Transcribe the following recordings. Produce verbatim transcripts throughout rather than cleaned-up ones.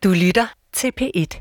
Du lytter til P et.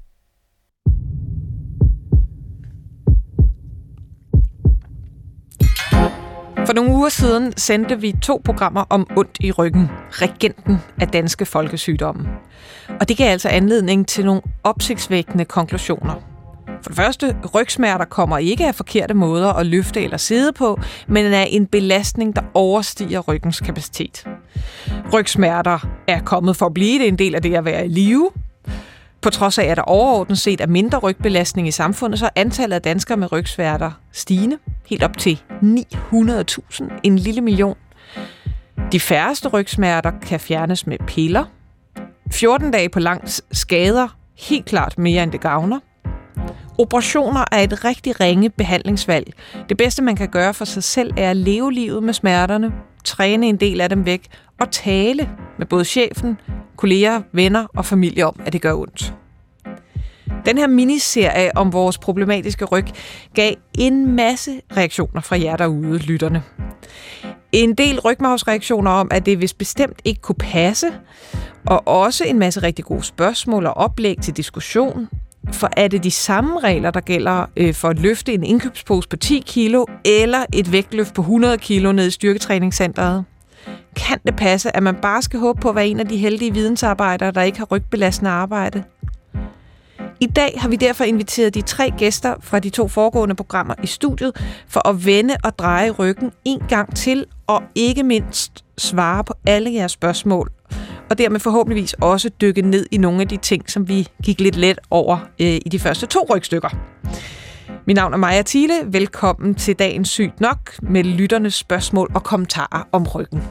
For nogle uger siden sendte vi to programmer om ondt i ryggen, regenten af danske folkesygdomme. Og det gav altså anledning til nogle opsigtsvækkende konklusioner. For det første, rygsmerter kommer ikke af forkerte måder at løfte eller sidde på, men af en belastning, der overstiger ryggens kapacitet. Rygsmerter er kommet for at blive det en del af det at være i live. På trods af, at der overordnet set er mindre rygbelastning i samfundet, så er antallet af danskere med rygsmerter stigende, helt op til ni hundrede tusind, en lille million. De færreste rygsmerter kan fjernes med piller. fjorten dage på langs skader helt klart mere end det gavner. Operationer er et rigtig ringe behandlingsvalg. Det bedste, man kan gøre for sig selv, er at leve livet med smerterne, træne en del af dem væk og tale med både chefen, kolleger, venner og familie om, at det gør ondt. Den her miniserie om vores problematiske ryg gav en masse reaktioner fra jer derude, lytterne. En del rygmarvsreaktioner om, at det vist bestemt ikke kunne passe, og også en masse rigtig gode spørgsmål og oplæg til diskussion. For er det de samme regler, der gælder øh, for at løfte en indkøbspose på ti kilo, eller et vægtløft på hundrede kilo ned i styrketræningscenteret? Kan det passe, at man bare skal håbe på at være en af de heldige vidensarbejdere, der ikke har rygbelastende arbejde? I dag har vi derfor inviteret de tre gæster fra de to foregående programmer i studiet for at vende og dreje ryggen en gang til, og ikke mindst svare på alle jeres spørgsmål. Og dermed forhåbentligvis også dykke ned i nogle af de ting, som vi gik lidt let over øh, i de første to rygstykker. Mit navn er Maja Thiele. Velkommen til dagens Sygt Nok med lytternes spørgsmål og kommentarer om ryggen.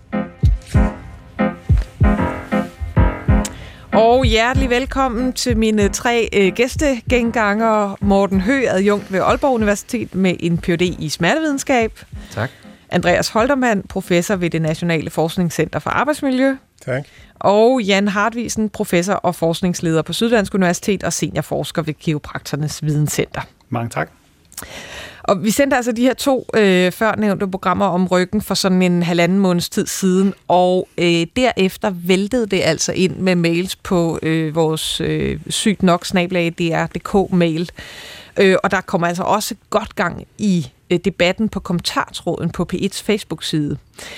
Og hjertelig velkommen til mine tre øh, gæstegengangere. Morten Høgh, adjunkt ved Aalborg Universitet med en Ph.D. i smertevidenskab. Tak. Andreas Holtermann, professor ved det Nationale Forskningscenter for Arbejdsmiljø. Tak. Og Jan Hartvigsen, professor og forskningsleder på Syddansk Universitet og seniorforsker ved Kiropraktorernes Videnscenter. Mange tak. Og vi sendte altså de her to øh, førnævnte programmer om ryggen for sådan en halvanden måneds tid siden, og øh, derefter væltede det altså ind med mails på øh, vores øh, sygt nok snabel-a d r punktum d k mail. Øh, og der kommer altså også godt gang i øh, debatten på kommentartråden på P et's Facebook-side.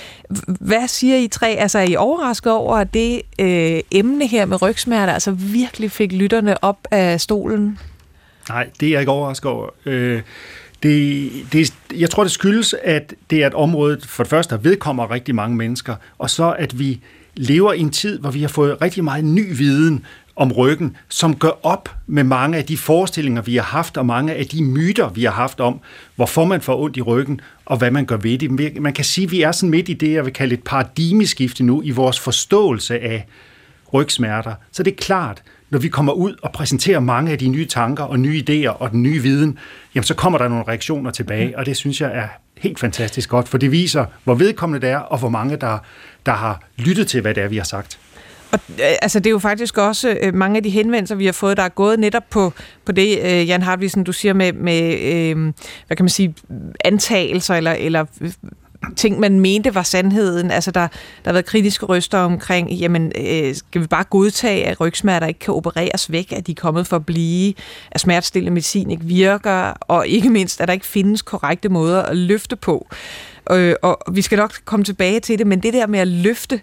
Hvad siger I tre? Altså, er I overrasket over, at det øh, emne her med rygsmerter altså virkelig fik lytterne op af stolen? Nej, det er jeg ikke overrasket over. Øh, det, det, jeg tror, det skyldes, at det er et område, for det første, der vedkommer rigtig mange mennesker, og så at vi lever i en tid, hvor vi har fået rigtig meget ny viden om ryggen, som gør op med mange af de forestillinger, vi har haft, og mange af de myter, vi har haft om, hvorfor man får ondt i ryggen, og hvad man gør ved det. Man kan sige, at vi er sådan midt i det, jeg vil kalde et paradigmeskifte nu, i vores forståelse af rygsmerter. Så det er klart, når vi kommer ud og præsenterer mange af de nye tanker og nye idéer og den nye viden, jamen så kommer der nogle reaktioner tilbage, og det synes jeg er helt fantastisk godt, for det viser, hvor vedkommende det er, og hvor mange, der, der har lyttet til, hvad det er, vi har sagt. Og altså, det er jo faktisk også øh, mange af de henvendelser, vi har fået, der er gået netop på, på det, øh, Jan Hartvigsen, du siger med, med øh, hvad kan man sige, antagelser eller, eller ting, man mente var sandheden. Altså, der, der har været kritiske røster omkring, jamen, øh, skal vi bare godtage, at rygsmerter ikke kan opereres væk, at de er kommet for at blive, at smertestillende medicin ikke virker, og ikke mindst, at der ikke findes korrekte måder at løfte på. Øh, og vi skal nok komme tilbage til det, men det der med at løfte,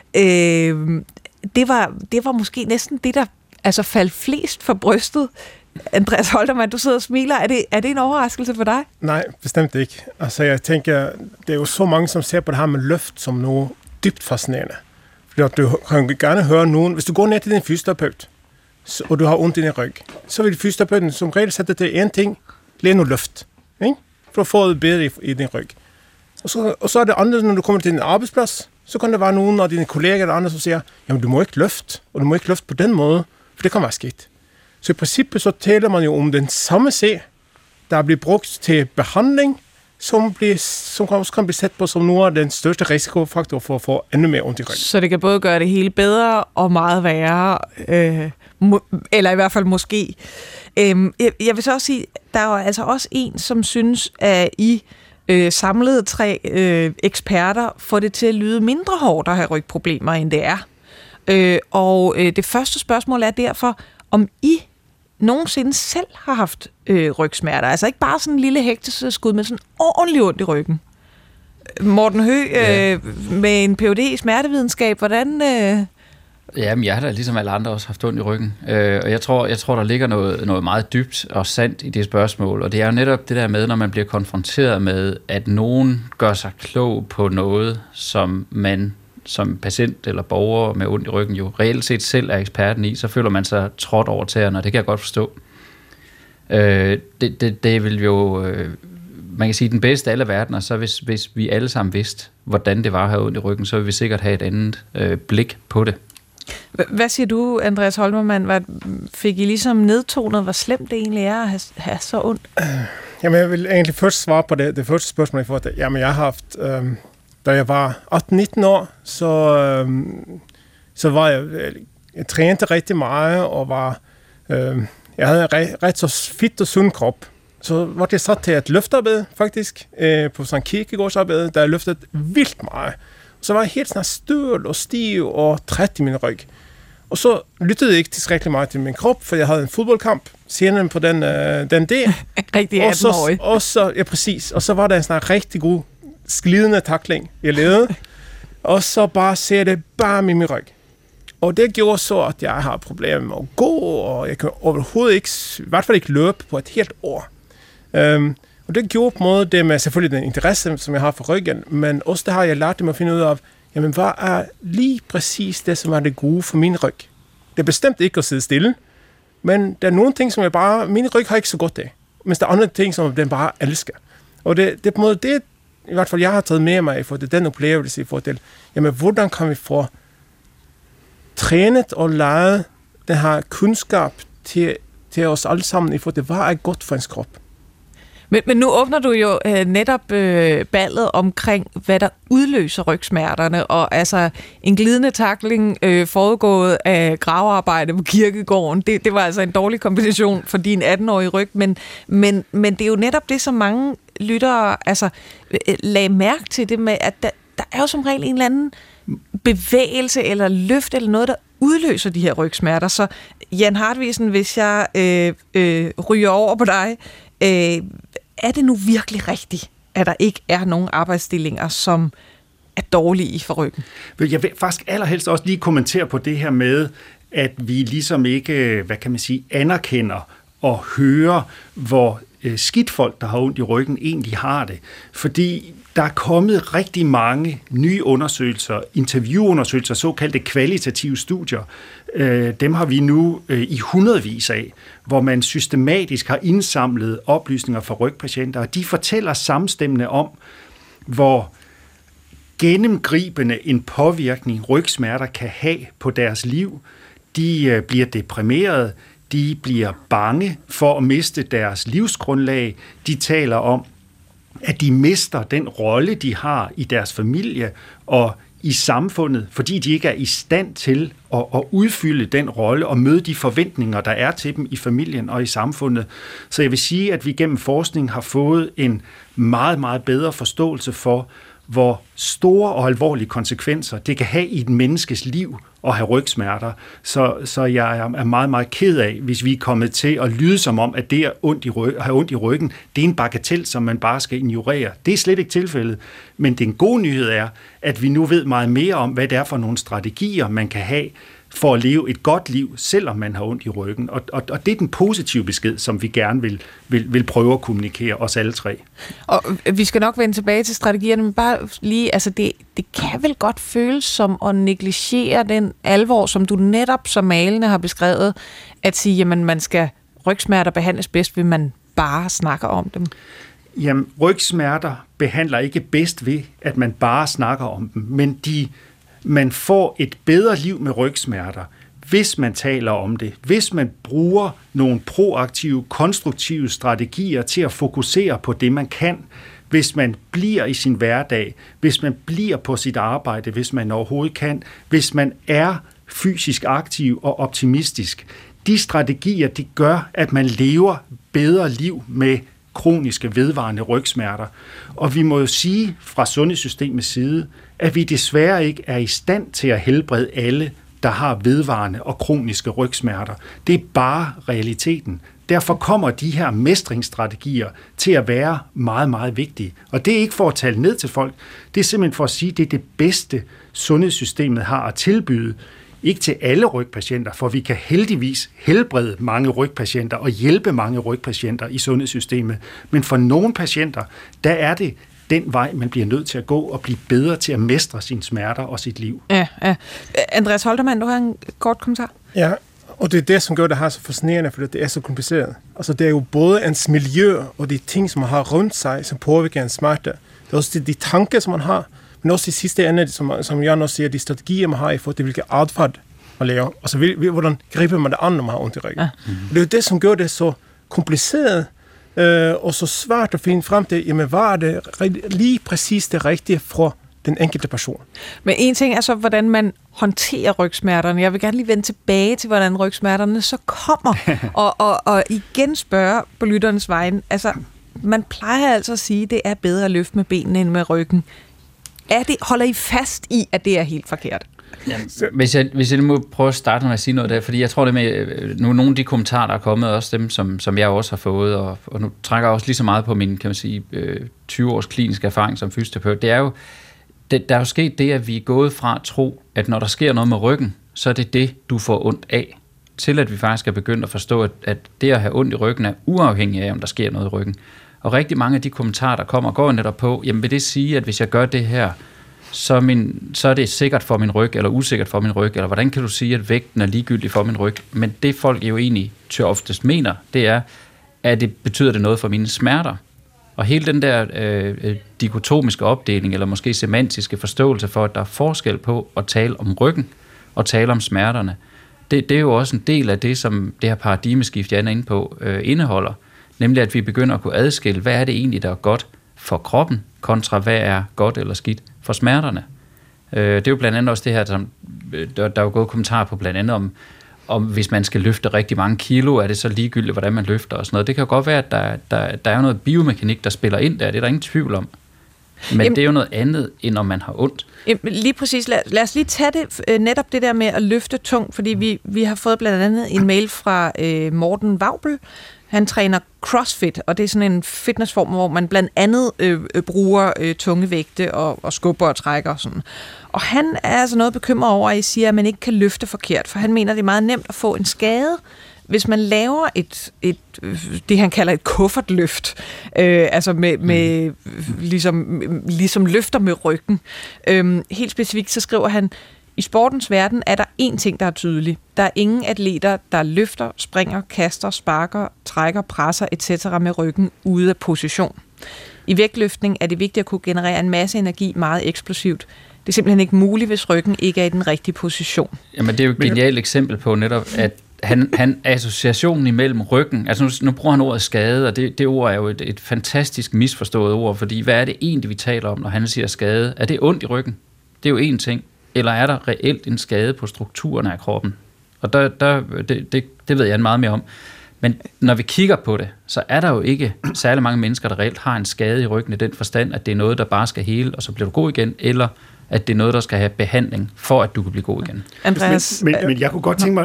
øh, det var, det var måske næsten det, der altså faldt flest for brystet. Andreas Holtermann, du sidder og smiler. Er det, er det en overraskelse for dig? Nej, bestemt ikke. Altså, jeg tænker, det er jo så mange, som ser på det her med løft som noget dybt fascinerende. Fordi du kan gerne høre nogen, hvis du går ned til din fysioterapeut, og du har ondt i din ryg, så vil fysioterapeuten som regel sætte til en ting, læg noget løft, ikke? For at få det bedre i, i din ryg. Og så, og så er det andet, når du kommer til din arbejdsplads, så kan det være nogen af dine kolleger eller andre, som siger, jamen du må ikke løfte, og du må ikke løfte på den måde, for det kan være skidt. Så i princippet så taler man jo om den samme sag, der bliver brugt til behandling, som, bliver, som også kan blive sat på som nogle af den største risikofaktor for at få endnu mere ondt i ryggen. Så det kan både gøre det hele bedre og meget værre, øh, må, eller i hvert fald måske. Øh, jeg, jeg vil så også sige, der er jo altså også en, som synes, at I øh, samlede tre øh, eksperter får det til at lyde mindre hårdt at have rygproblemer, end det er. Øh, og øh, det første spørgsmål er derfor, om I nogensinde selv har haft øh, rygsmerter. Altså ikke bare sådan en lille hekteskud, men sådan ordentligt ondt i ryggen. Morten Høgh, øh, ja. med en P H D i smertevidenskab, hvordan... Øh... Jamen, jeg har da ligesom alle andre også haft ondt i ryggen. Øh, og jeg tror, jeg tror, der ligger noget, noget meget dybt og sandt i det spørgsmål. Og det er jo netop det der med, når man bliver konfronteret med, at nogen gør sig klog på noget, som man som patient eller borger med ondt i ryggen jo reelt set selv er eksperten i, så føler man sig trådt over tæerne, og det kan jeg godt forstå. Øh, det, det, det vil jo... Øh, man kan sige, den bedste af alle verdener, så hvis, hvis vi alle sammen vidste, hvordan det var at have ondt i ryggen, så ville vi sikkert have et andet øh, blik på det. Hvad siger du, Andreas Holmermann? Hvad, fik I ligesom nedtonet, hvor slemt det egentlig er at have, have så ondt? Jamen, jeg vil egentlig først svare på det, det første spørgsmål, i forhold til, jamen, jeg har haft, øh, da jeg var atten nitten år, så, øh, så var jeg, jeg trænede rigtig meget, og var, øh, jeg havde en ret, ret så fit og sund krop. Så var det sat til et løftearbejde, faktisk, øh, på sådan en kirkegårdsarbejde, der jeg løftede vildt meget. Så var jeg helt sådan støl og stiv og træt i min ryg. Og så lyttede jeg ikke tilstrækkeligt meget til min krop, for jeg havde en fodboldkamp senere på den, øh, den dag. Rigtig atten-årig. Og, og så, ja, præcis. Og så var der en sådan rigtig god slidende takling, jeg lavede. Og så bare ser det bare med min ryg. Og det gjorde så, at jeg har problemer med at gå, og jeg kan overhovedet ikke, i hvert fald ikke løbe på et helt år. Um, og det gjorde på en måde det med selvfølgelig den interesse, som jeg har for ryggen, men også det har jeg lært dem at finde ud af, jamen hvad er lige præcis det, som er det gode for min ryg. Det er bestemt ikke at sidde stille, men der er nogle ting, som jeg bare, min ryg har ikke så godt af, mens der er andre ting, som den bare elsker. Og det, det er på en måde det, i hvert fald jeg har taget med mig i forhold til den oplevelse i forhold til, jamen hvordan kan vi få trænet og læret den her kunskab til, til os alle sammen i forhold til, hvad er godt for ens krop. Men, men nu åbner du jo øh, netop øh, ballet omkring, hvad der udløser rygsmerterne, og altså en glidende tackling øh, forudgået af gravearbejde på kirkegården, det, det var altså en dårlig kombination for din atten-årige ryg, men, men, men det er jo netop det, som mange lyttere altså, øh, lagde mærke til det med, at der, der er jo som regel en eller anden bevægelse eller løft eller noget, der udløser de her rygsmerter. Så Jan Hartvigsen, hvis jeg øh, øh, ryger over på dig, øh, er det nu virkelig rigtigt, at der ikke er nogen arbejdsstillinger, som er dårlige i for ryggen? Jeg vil faktisk allerhelst også lige kommentere på det her med, at vi ligesom ikke, hvad kan man sige, anerkender og hører, hvor skidt folk, der har ondt i ryggen, egentlig har det. Fordi der er kommet rigtig mange nye undersøgelser, interviewundersøgelser, såkaldte kvalitative studier. Dem har vi nu i hundredvis af, hvor man systematisk har indsamlet oplysninger fra rygpatienter, og de fortæller samstemmende om, hvor gennemgribende en påvirkning rygsmerter kan have på deres liv. De bliver deprimerede, de bliver bange for at miste deres livsgrundlag. De taler om, at de mister den rolle, de har i deres familie og i samfundet, fordi de ikke er i stand til at, at udfylde den rolle og møde de forventninger, der er til dem i familien og i samfundet. Så jeg vil sige, at vi gennem forskning har fået en meget, meget bedre forståelse for, hvor store og alvorlige konsekvenser det kan have i et menneskes liv at have rygsmerter. Så, så jeg er meget, meget ked af, hvis vi er kommet til at lyde som om, at det at ondt i ryg, have ondt i ryggen, det er en bagatel, som man bare skal ignorere. Det er slet ikke tilfældet. Men den gode nyhed er, at vi nu ved meget mere om, hvad det er for nogle strategier, man kan have for at leve et godt liv, selvom man har ondt i ryggen. Og, og, og det er den positive besked, som vi gerne vil, vil, vil prøve at kommunikere os alle tre. Og vi skal nok vende tilbage til strategierne, men bare lige, altså det, det kan vel godt føles som at negligere den alvor, som du netop så malende har beskrevet, at sige, jamen man skal rygsmerter behandles bedst, ved man bare snakker om dem. Jamen, rygsmerter behandler ikke bedst ved, at man bare snakker om dem, men de man får et bedre liv med rygsmerter, hvis man taler om det, hvis man bruger nogle proaktive, konstruktive strategier til at fokusere på det, man kan, hvis man bliver i sin hverdag, hvis man bliver på sit arbejde, hvis man overhovedet kan, hvis man er fysisk aktiv og optimistisk. De strategier, de gør, at man lever bedre liv med kroniske vedvarende rygsmerter. Og vi må jo sige fra sundhedssystemets side, at vi desværre ikke er i stand til at helbrede alle der har vedvarende og kroniske rygsmerter. Det er bare realiteten. Derfor kommer de her mestringsstrategier til at være meget, meget vigtige. Og det er ikke for at tale ned til folk, det er simpelthen for at sige, at det er det bedste, sundhedssystemet har at tilbyde. Ikke til alle rygpatienter, for vi kan heldigvis helbrede mange rygpatienter og hjælpe mange rygpatienter i sundhedssystemet. Men for nogle patienter, der er det den vej, man bliver nødt til at gå og blive bedre til at mestre sine smerter og sit liv. Ja, ja. Andreas Holtermann, du har en kort kommentar. Ja, og det er det, som gør det her så fascinerende, fordi det er så kompliceret. Altså, det er jo både ens miljø og de ting, som man har rundt sig, som påvirker ens smerte. Det er også de, de tanker, som man har, men også i sidste ende, som, som Jan også siger, de strategier, man har i forhold til, hvilke adfærd man laver. Altså, hvordan griber man det an, når man har ondt i ryggen. Ja. Mm-hmm. Det er jo det, som gør det så kompliceret, øh, og så svært at finde frem til, jamen, hvad er det lige præcis det rigtige for den enkelte person. Men en ting er så, hvordan man håndterer rygsmerterne. Jeg vil gerne lige vende tilbage til, hvordan rygsmerterne så kommer, og, og, og igen spørge på lytternes vegne. Altså, man plejer altså at sige, at det er bedre at løfte med benene end med ryggen. Er det, holder I fast i, at det er helt forkert? Ja, hvis, jeg, hvis jeg må prøve at starte med at sige noget der, fordi jeg tror det med, nu nogle af de kommentarer, der er kommet, også dem, som, som jeg også har fået, og, og nu trækker jeg også lige så meget på min, kan man sige, tyve års kliniske erfaring som fysioterapeut, det er jo, det, der er jo sket det, at vi er gået fra at tro, at når der sker noget med ryggen, så er det det, du får ondt af, til at vi faktisk er begyndt at forstå, at, at det at have ondt i ryggen er uafhængigt af, om der sker noget i ryggen. Og rigtig mange af de kommentarer, der kommer, går netop på, jamen vil det sige, at hvis jeg gør det her, så, min, så er det sikkert for min ryg, eller usikkert for min ryg, eller hvordan kan du sige, at vægten er ligegyldig for min ryg? Men det folk jo egentlig til oftest mener, det er, at det betyder det noget for mine smerter. Og hele den der øh, dikotomiske opdeling, eller måske semantiske forståelse for, at der er forskel på at tale om ryggen og tale om smerterne, det, det er jo også en del af det, som det her paradigmeskift, jeg er inde på, øh, indeholder. Nemlig, at vi begynder at kunne adskille, hvad er det egentlig, der er godt for kroppen, kontra hvad er godt eller skidt for smerterne. Øh, det er jo blandt andet også det her, som, der, der er jo gået kommentarer på blandt andet om, om hvis man skal løfte rigtig mange kilo, er det så ligegyldigt, hvordan man løfter og sådan noget. Det kan jo godt være, at der, der, der er noget biomekanik, der spiller ind der, det er der ingen tvivl om. Men Jamen, det er jo noget andet, end om man har ondt. Lige præcis. Lad, lad os lige tage det, netop det der med at løfte tungt, fordi vi, vi har fået blandt andet en mail fra øh, Morten Vaubel. Han træner CrossFit, og det er sådan en fitnessform, hvor man blandt andet øh, bruger øh, tunge vægte og, og skubber og trækker. Og, sådan. Og han er altså noget bekymret over, at I siger, at man ikke kan løfte forkert, for han mener, det er meget nemt at få en skade, hvis man laver et, et det han kalder et kuffertløft, øh, altså med, med ligesom, ligesom løfter med ryggen. Øh, helt specifikt så skriver han, i sportens verden er der én ting, der er tydelig. Der er ingen atleter, der løfter, springer, kaster, sparker, trækker, presser et cetera med ryggen ude af position. I vægtløftning er det vigtigt at kunne generere en masse energi meget eksplosivt. Det er simpelthen ikke muligt, hvis ryggen ikke er i den rigtige position. Jamen det er jo et genialt eksempel på netop, at han, han associationen imellem ryggen, altså nu, nu bruger han ordet skade, og det, det ord er jo et, et fantastisk misforstået ord, fordi hvad er det egentlig, vi taler om, når han siger skade? Er det ondt i ryggen? Det er jo én ting. Eller er der reelt en skade på strukturerne af kroppen? Og der, der, det, det, det ved jeg meget mere om. Men når vi kigger på det, så er der jo ikke særlig mange mennesker, der reelt har en skade i ryggen i den forstand, at det er noget, der bare skal hele, og så bliver du god igen, eller at det er noget, der skal have behandling, for at du kan blive god igen. Andreas? Men, men, men jeg kunne godt tænke mig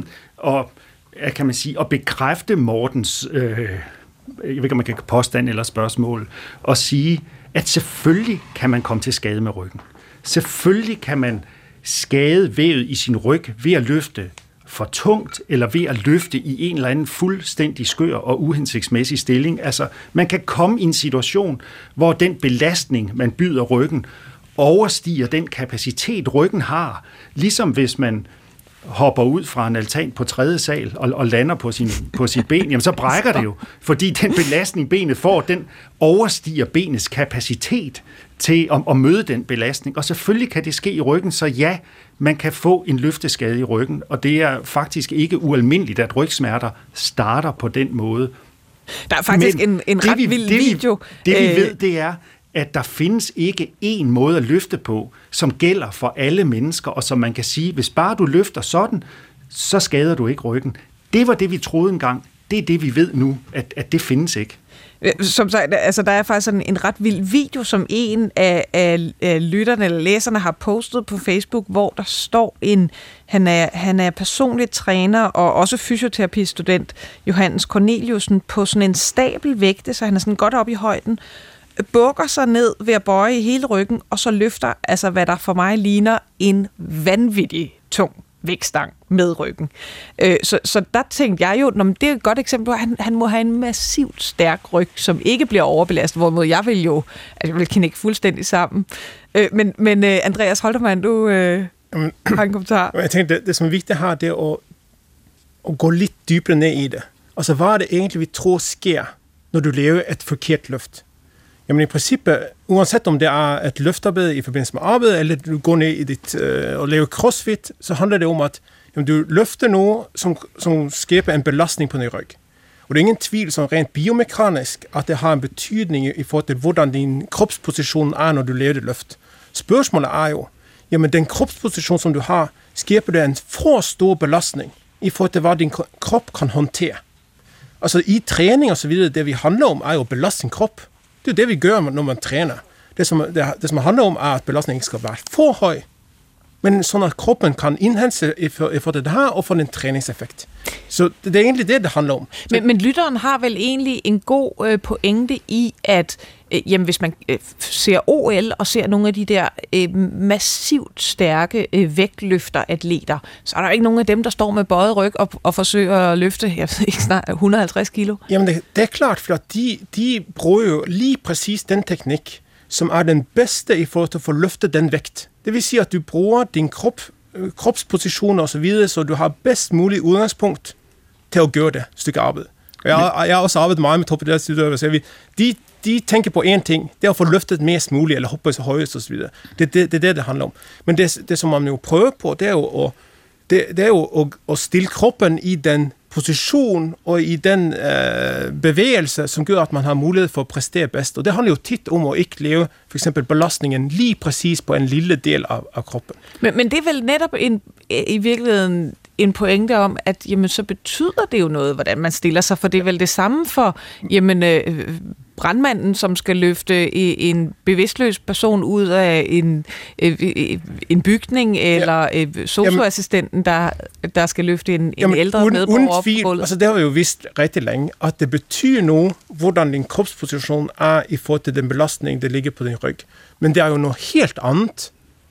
at, kan man sige, at bekræfte Mortens, øh, jeg ved ikke, om man kan påstand eller spørgsmål, og sige, at selvfølgelig kan man komme til skade med ryggen. Selvfølgelig kan man skade vævet i sin ryg ved at løfte for tungt, eller ved at løfte i en eller anden fuldstændig skør og uhensigtsmæssig stilling. Altså, man kan komme i en situation, hvor den belastning, man byder ryggen, overstiger den kapacitet, ryggen har. Ligesom hvis man hopper ud fra en altan på tredje sal og, og lander på, sin, på sit ben, jamen så brækker det jo, fordi den belastning, benet får, den overstiger benets kapacitet til at, at møde den belastning. Og selvfølgelig kan det ske i ryggen, så ja, man kan få en løfteskade i ryggen, og det er faktisk ikke ualmindeligt, at rygsmerter starter på den måde. Der er faktisk Men en, en ret vi, vild det, video. Vi, det vi ved, det er, at der findes ikke én måde at løfte på, som gælder for alle mennesker, og som man kan sige, hvis bare du løfter sådan, så skader du ikke ryggen. Det var det, vi troede engang. Det er det, vi ved nu, at, at det findes ikke. Som sagt, altså, der er faktisk sådan en ret vild video, som en af, af, af lytterne eller læserne har postet på Facebook, hvor der står en, han er, han er personlig træner og også fysioterapistudent, Johannes Corneliusen, på sådan en stabel vægte, så han er sådan godt op i højden, bukker sig ned ved at bøje i hele ryggen, og så løfter, altså hvad der for mig ligner en vanvittig tung vægtstang med ryggen. Øh, så, så der tænkte jeg jo, når det er et godt eksempel på, at han, han må have en massivt stærk ryg, som ikke bliver overbelastet, hvorimod jeg vil jo, altså jeg vil knække fuldstændig sammen. Øh, men, men uh, Andreas Holtermann, du øh, Jamen, har en kommentar. Jeg tænkte, det, det som er vigtigt her, det er at, at gå lidt dybere ned i det. Altså, hvad er det egentlig, vi tror sker, når du laver et forkert løft? Jamen i princippet, uanset om det er et løftarbeid i forbindelse med arbejde, eller du går ned i dit, øh, og laver crossfit, så handler det om, at jamen, du løfter noget, som, som skaber en belastning på din ryg. Og det er ingen tvivl, som rent biomekanisk, at det har en betydning i forhold til, hvordan din kropsposition er, når du laver det løft. Spørgsmålet er jo, jamen den kropsposition, som du har, skaber det en for stor belastning i forhold til, hvad din krop kan håndtere. Altså i træning og så videre, det vi handler om, er jo at belaste sin krop. Det er det, vi gør, når man træner. Det som, det, det, som handler om, er, at belastningen skal være for høj, men sådan at kroppen kan indhente i for det her, og få en træningseffekt. Så det, det er egentlig det, det handler om. Men, men lytteren har vel egentlig en god øh, pointe i, at øh, jamen, hvis man øh, ser O L og ser nogle af de der øh, massivt stærke øh, vægtløfteratleter, så er der ikke nogen af dem, der står med bøjet ryg og, og forsøger at løfte, jeg ved ikke, snart et hundrede og halvtreds kilo. Jamen det, det er klart, for de, de bruger jo lige præcis den teknik, som er den bedste i forhold til at få løftet den vægt. Det vil sige, at du bruger din krop, kropsposition og så videre, så du har bedst mulig udgangspunkt til at gøre det stykke arbejde. Jeg, jeg har også arbejdet meget med toppidrætsudøvere, så de, de tænker på én ting, det er at få løftet mest muligt, eller hoppe så højest og så videre. Det, det, det er det, det handler om. Men det, det som man jo prøver på, det er jo at, det, det er jo at, at stille kroppen i den position og i den øh, bevægelse, som gør, at man har mulighed for at præstere bedst. Og det handler jo tit om at ikke lave for eksempel belastningen lige præcis på en lille del af, af kroppen. Men, men det er vel netop en, i virkeligheden en pointe om, at jamen, så betyder det jo noget, hvordan man stiller sig, for det er vel det samme for jamen, øh, brandmanden, som skal løfte en bevidstløs person ud af en, øh, en bygning, eller øh, sosu-assistenten, der, der skal løfte en, jamen, en ældre uden, medborger op på gulvet. Altså, det har vi jo vidst rigtig længe, at det betyder noget, hvordan din kropsposition er i forhold til den belastning, der ligger på din ryg. Men det er jo noget helt andet,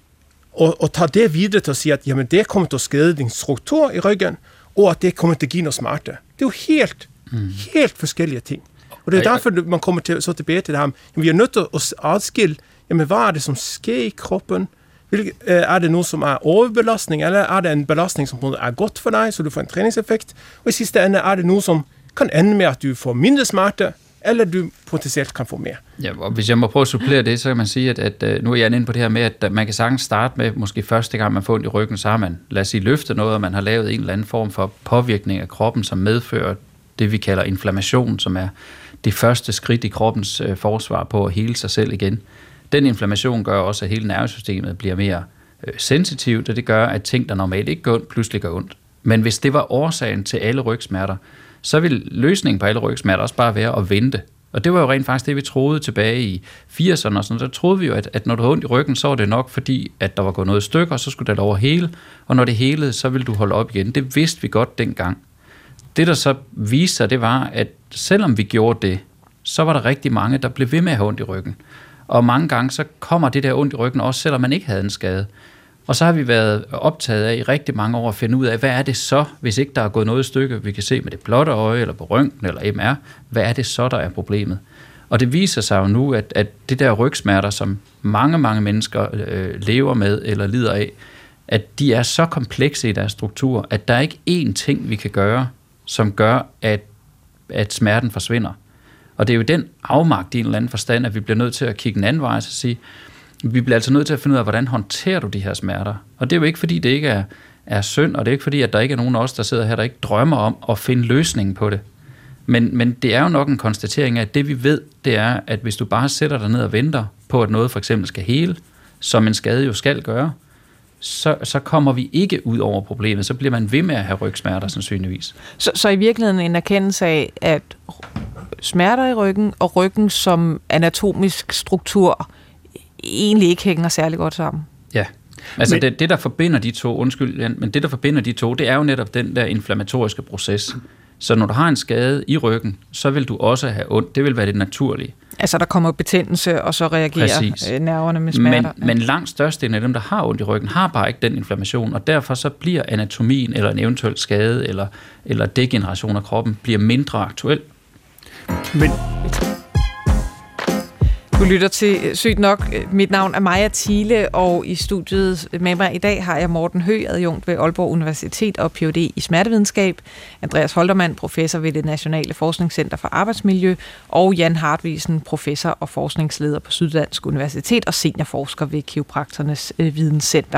og, og tage det videre til at sige, at jamen, det kommer til at skade din struktur i ryggen, og at det kommer til at give noget smerte. Det er jo helt, mm. helt forskellige ting. Og det er derfor, man kommer til, så tilbage til det her. Jamen, vi er nødt til at adskille, jamen, hvad er det, som sker i kroppen? Hvilke, er det noget, som er overbelastning, eller er det en belastning, som er godt for dig, så du får en træningseffekt? Og i sidste ende er det noget, som kan ende med, at du får mindre smerte, eller du potentielt kan få mere. Ja, og hvis jeg må prøve at supplere det, så kan man sige, at, at nu er jeg inde på det her med, at man kan sagtens starte med, måske første gang man får ondt i ryggen, så har man, lad os sige, løftet noget, og man har lavet en eller anden form for påvirkning af kroppen, som medfører det, vi kalder inflammation, som er det første skridt i kroppens øh, forsvar på at hele sig selv igen. Den inflammation gør også, at hele nervesystemet bliver mere øh, sensitivt, og det gør, at ting, der normalt ikke gør ondt, pludselig gør ondt. Men hvis det var årsagen til alle rygsmerter, så ville løsningen på alle rygsmerter også bare være at vente. Og det var jo rent faktisk det, vi troede tilbage i firserne og sådan. Der troede vi jo, at, at når du havde ondt i ryggen, så var det nok fordi, at der var gået noget i stykker, og så skulle det over hele. Og når det helede, så ville du holde op igen. Det vidste vi godt dengang. Det, der så viste sig, det var, at selvom vi gjorde det, så var der rigtig mange, der blev ved med at have ondt i ryggen. Og mange gange, så kommer det der ondt i ryggen også, selvom man ikke havde en skade. Og så har vi været optaget af i rigtig mange år at finde ud af, hvad er det så, hvis ikke der er gået noget i stykke, vi kan se med det blotte øje, eller på røntgen, eller M R, hvad er det så, der er problemet? Og det viser sig jo nu, at, at det der rygsmerter, som mange, mange mennesker øh, lever med eller lider af, at de er så komplekse i deres struktur, at der er ikke én ting, vi kan gøre, som gør, at, at smerten forsvinder. Og det er jo den afmagt i en eller anden forstand, at vi bliver nødt til at kigge en anden vej og sige, vi bliver altså nødt til at finde ud af, hvordan håndterer du de her smerter? Og det er jo ikke, fordi det ikke er, er synd, og det er ikke, fordi at der ikke er nogen af os, der sidder her, der ikke drømmer om at finde løsningen på det. Men, men det er jo nok en konstatering af, at det vi ved, det er, at hvis du bare sætter dig ned og venter på, at noget for eksempel skal hele, som en skade jo skal gøre, så, så kommer vi ikke ud over problemet. Så bliver man ved med at have rygsmerter sandsynligvis. Så, så i virkeligheden en erkendelse af, at smerter i ryggen, og ryggen som anatomisk struktur egentlig ikke hænger særlig godt sammen. Ja, altså men, det, det, der forbinder de to, undskyld, Jan, men det, der forbinder de to, det er jo netop den der inflammatoriske proces. Så når du har en skade i ryggen, så vil du også have ondt. Det vil være det naturlige. Altså, der kommer betændelse, og så reagerer Præcis. nerverne med smerter. Men, men langt størstedelen af dem, der har ondt i ryggen, har bare ikke den inflammation, og derfor så bliver anatomien, eller en eventuel skade, eller, eller degeneration af kroppen, bliver mindre aktuel. Men du lytter til Sygt Nok. Mit navn er Maja Thiele, og i studiet med mig i dag har jeg Morten Høgh, adjunkt ved Aalborg Universitet og P H D i smertevidenskab, Andreas Holtermann, professor ved det Nationale Forskningscenter for Arbejdsmiljø, og Jan Hartvigsen, professor og forskningsleder på Syddansk Universitet og seniorforsker ved Kiropraktorernes øh, Videnscenter.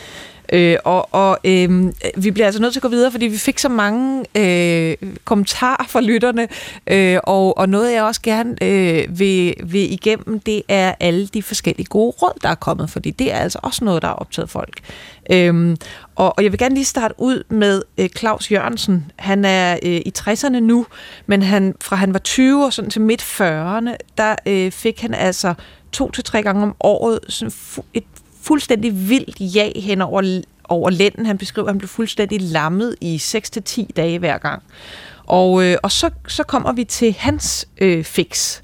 Øh, og og øh, vi bliver altså nødt til at gå videre, fordi vi fik så mange øh, kommentarer fra lytterne, øh, og, og noget jeg også gerne øh, vil, vil igennem, det er alle de forskellige gode råd, der er kommet, fordi det er altså også noget, der har optaget folk. Øh, og, og jeg vil gerne lige starte ud med øh, Claus Jørgensen. Han er øh, i tresserne nu, men han, fra han var tyve og sådan til midt fyrrerne, der øh, fik han altså to til tre gange om året sådan fu- et fuldstændig vildt jag hen over, over lænden. Han beskriver, at han blev fuldstændig lammet i seks til ti dage hver gang. Og, øh, og så, så kommer vi til hans øh, fix.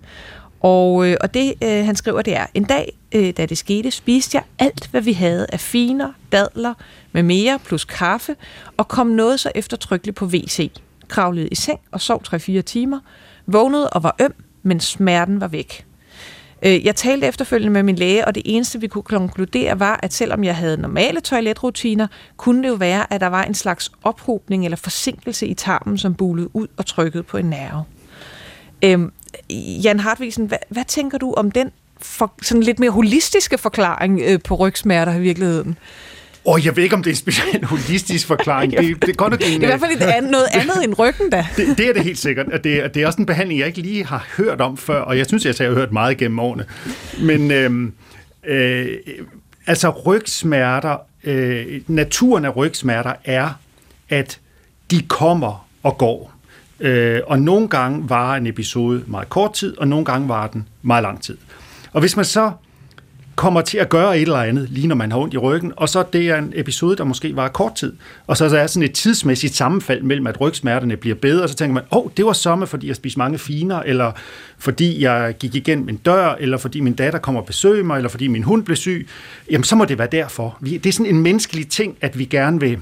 Og, øh, og det, øh, han skriver, det er, en dag, øh, da det skete, spiste jeg alt, hvad vi havde af finer, dadler med mere plus kaffe, og kom noget så eftertrykkeligt på W C. Kravlede i seng og sov tre fire timer, vågnede og var øm, men smerten var væk. Jeg talte efterfølgende med min læge, og det eneste, vi kunne konkludere, var, at selvom jeg havde normale toiletrutiner, kunne det jo være, at der var en slags ophobning eller forsinkelse i tarmen, som bulede ud og trykkede på en nerve. Øhm, Jan Hartvigsen, hvad, hvad tænker du om den for, sådan lidt mere holistiske forklaring øh, på rygsmerter i virkeligheden? Og oh, jeg ved ikke, om det er en speciel holistisk forklaring. det, det, er godt nok en, det er i hvert fald et andet, noget andet end ryggen, da. det, det er det helt sikkert. Det, det er også en behandling, jeg ikke lige har hørt om før, og jeg synes, jeg har hørt meget gennem årene. Men øh, øh, altså rygsmerter, øh, naturen af rygsmerter er, at de kommer og går. Øh, og nogle gange varer en episode meget kort tid, og nogle gange varer den meget lang tid. Og hvis man så kommer til at gøre et eller andet, lige når man har ondt i ryggen, og så det er en episode, der måske var kort tid, og så er sådan et tidsmæssigt sammenfald mellem, at rygsmerterne bliver bedre, og så tænker man, åh, oh, det var sommer, fordi jeg spiste mange finer, eller fordi jeg gik igennem en dør, eller fordi min datter kommer og besøger mig, eller fordi min hund blev syg, jamen så må det være derfor. Det er sådan en menneskelig ting, at vi gerne vil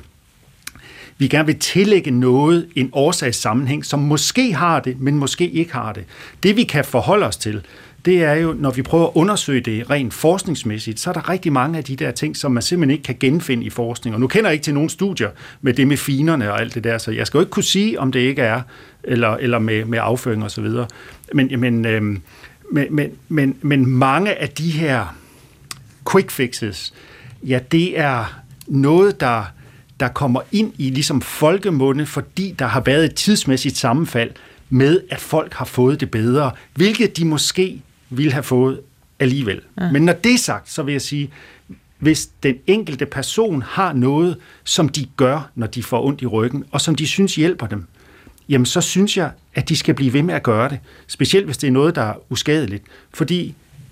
vi gerne vil tillægge noget en årsagssammenhæng, som måske har det, men måske ikke har det. Det vi kan forholde os til, det er jo, når vi prøver at undersøge det rent forskningsmæssigt, så er der rigtig mange af de der ting, som man simpelthen ikke kan genfinde i forskning. Og nu kender jeg ikke til nogen studier med det med finerne og alt det der, så jeg skal jo ikke kunne sige, om det ikke er, eller, eller med, med afføring og så videre. Men, men, øhm, men, men, men, men mange af de her quick fixes, ja, det er noget, der, der kommer ind i ligesom folkemunde, fordi der har været et tidsmæssigt sammenfald med, at folk har fået det bedre, hvilket de måske ville have fået alligevel. Ja. Men når det er sagt, så vil jeg sige, hvis den enkelte person har noget, som de gør, når de får ondt i ryggen, og som de synes hjælper dem, jamen så synes jeg, at de skal blive ved med at gøre det. Specielt hvis det er noget, der er uskadeligt. Fordi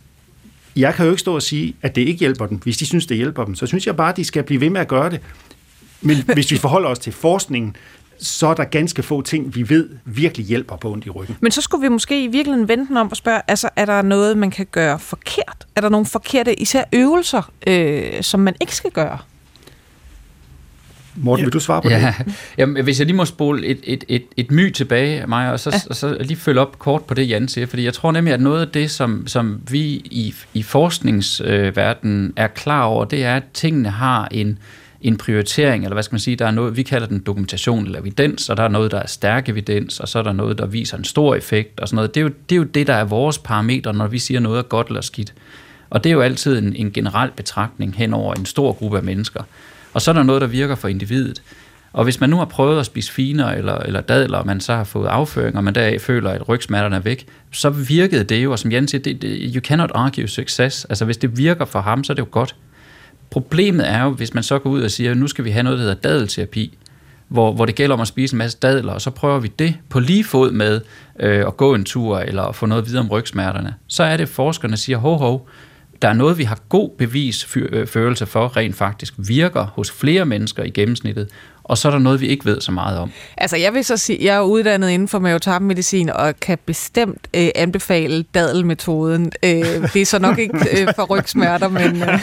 jeg kan jo ikke stå og sige, at det ikke hjælper dem. Hvis de synes, det hjælper dem, så synes jeg bare, at de skal blive ved med at gøre det. Men hvis vi forholder os til forskningen, så er der ganske få ting, vi ved virkelig hjælper på ondt i ryggen. Men så skulle vi måske i virkeligheden vente den om og spørge, altså er der noget, man kan gøre forkert? Er der nogle forkerte, især øvelser, øh, som man ikke skal gøre? Morten, vil du svare på ja. det? Jamen, hvis jeg lige må spole et, et, et, et my tilbage af mig, og så, ja. og så lige følge op kort på det, Jan siger, fordi jeg tror nemlig, at noget af det, som, som vi i, i forskningsverdenen er klar over, det er, at tingene har en en prioritering, eller hvad skal man sige, der er noget, vi kalder den dokumentation eller evidens, og der er noget, der er stærk evidens, og så er der noget, der viser en stor effekt, og sådan noget. Det er jo det, er jo det der er vores parametre, når vi siger noget er godt eller skidt. Og det er jo altid en, en generel betragtning hen over en stor gruppe af mennesker. Og så er der noget, der virker for individet. Og hvis man nu har prøvet at spise finer eller, eller dadler, og man så har fået afføring, og man deraf føler, at rygsmerterne er væk, så virkede det jo, og som Jan siger, det, det, you cannot argue success. Altså hvis det virker for ham, så er det jo godt. Problemet er jo, hvis man så går ud og siger, nu skal vi have noget, der hedder dadelterapi, hvor, hvor det gælder om at spise en masse dadler, og så prøver vi det på lige fod med øh, at gå en tur, eller at få noget videre om rygsmerterne. Så er det, forskerne siger, hov, hov, der er noget, vi har god bevisførelse for, rent faktisk virker hos flere mennesker i gennemsnittet, og så er der noget, vi ikke ved så meget om. Altså, jeg vil så sige, jeg er uddannet inden for mavetarmmedicin, og kan bestemt øh, anbefale dadelmetoden. Øh, det er så nok ikke øh, for rygsmerter, men... Øh,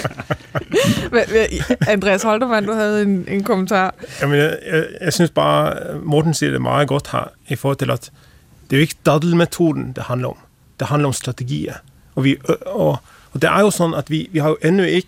Andreas Holtermann, du havde en, en kommentar. Jamen, jeg, jeg, jeg synes bare, Morten siger det meget godt her, i forhold til, at det er jo ikke dadelmetoden, det handler om. Det handler om strategier. Og, vi, og, og det er jo sådan, at vi, vi har jo endnu ikke...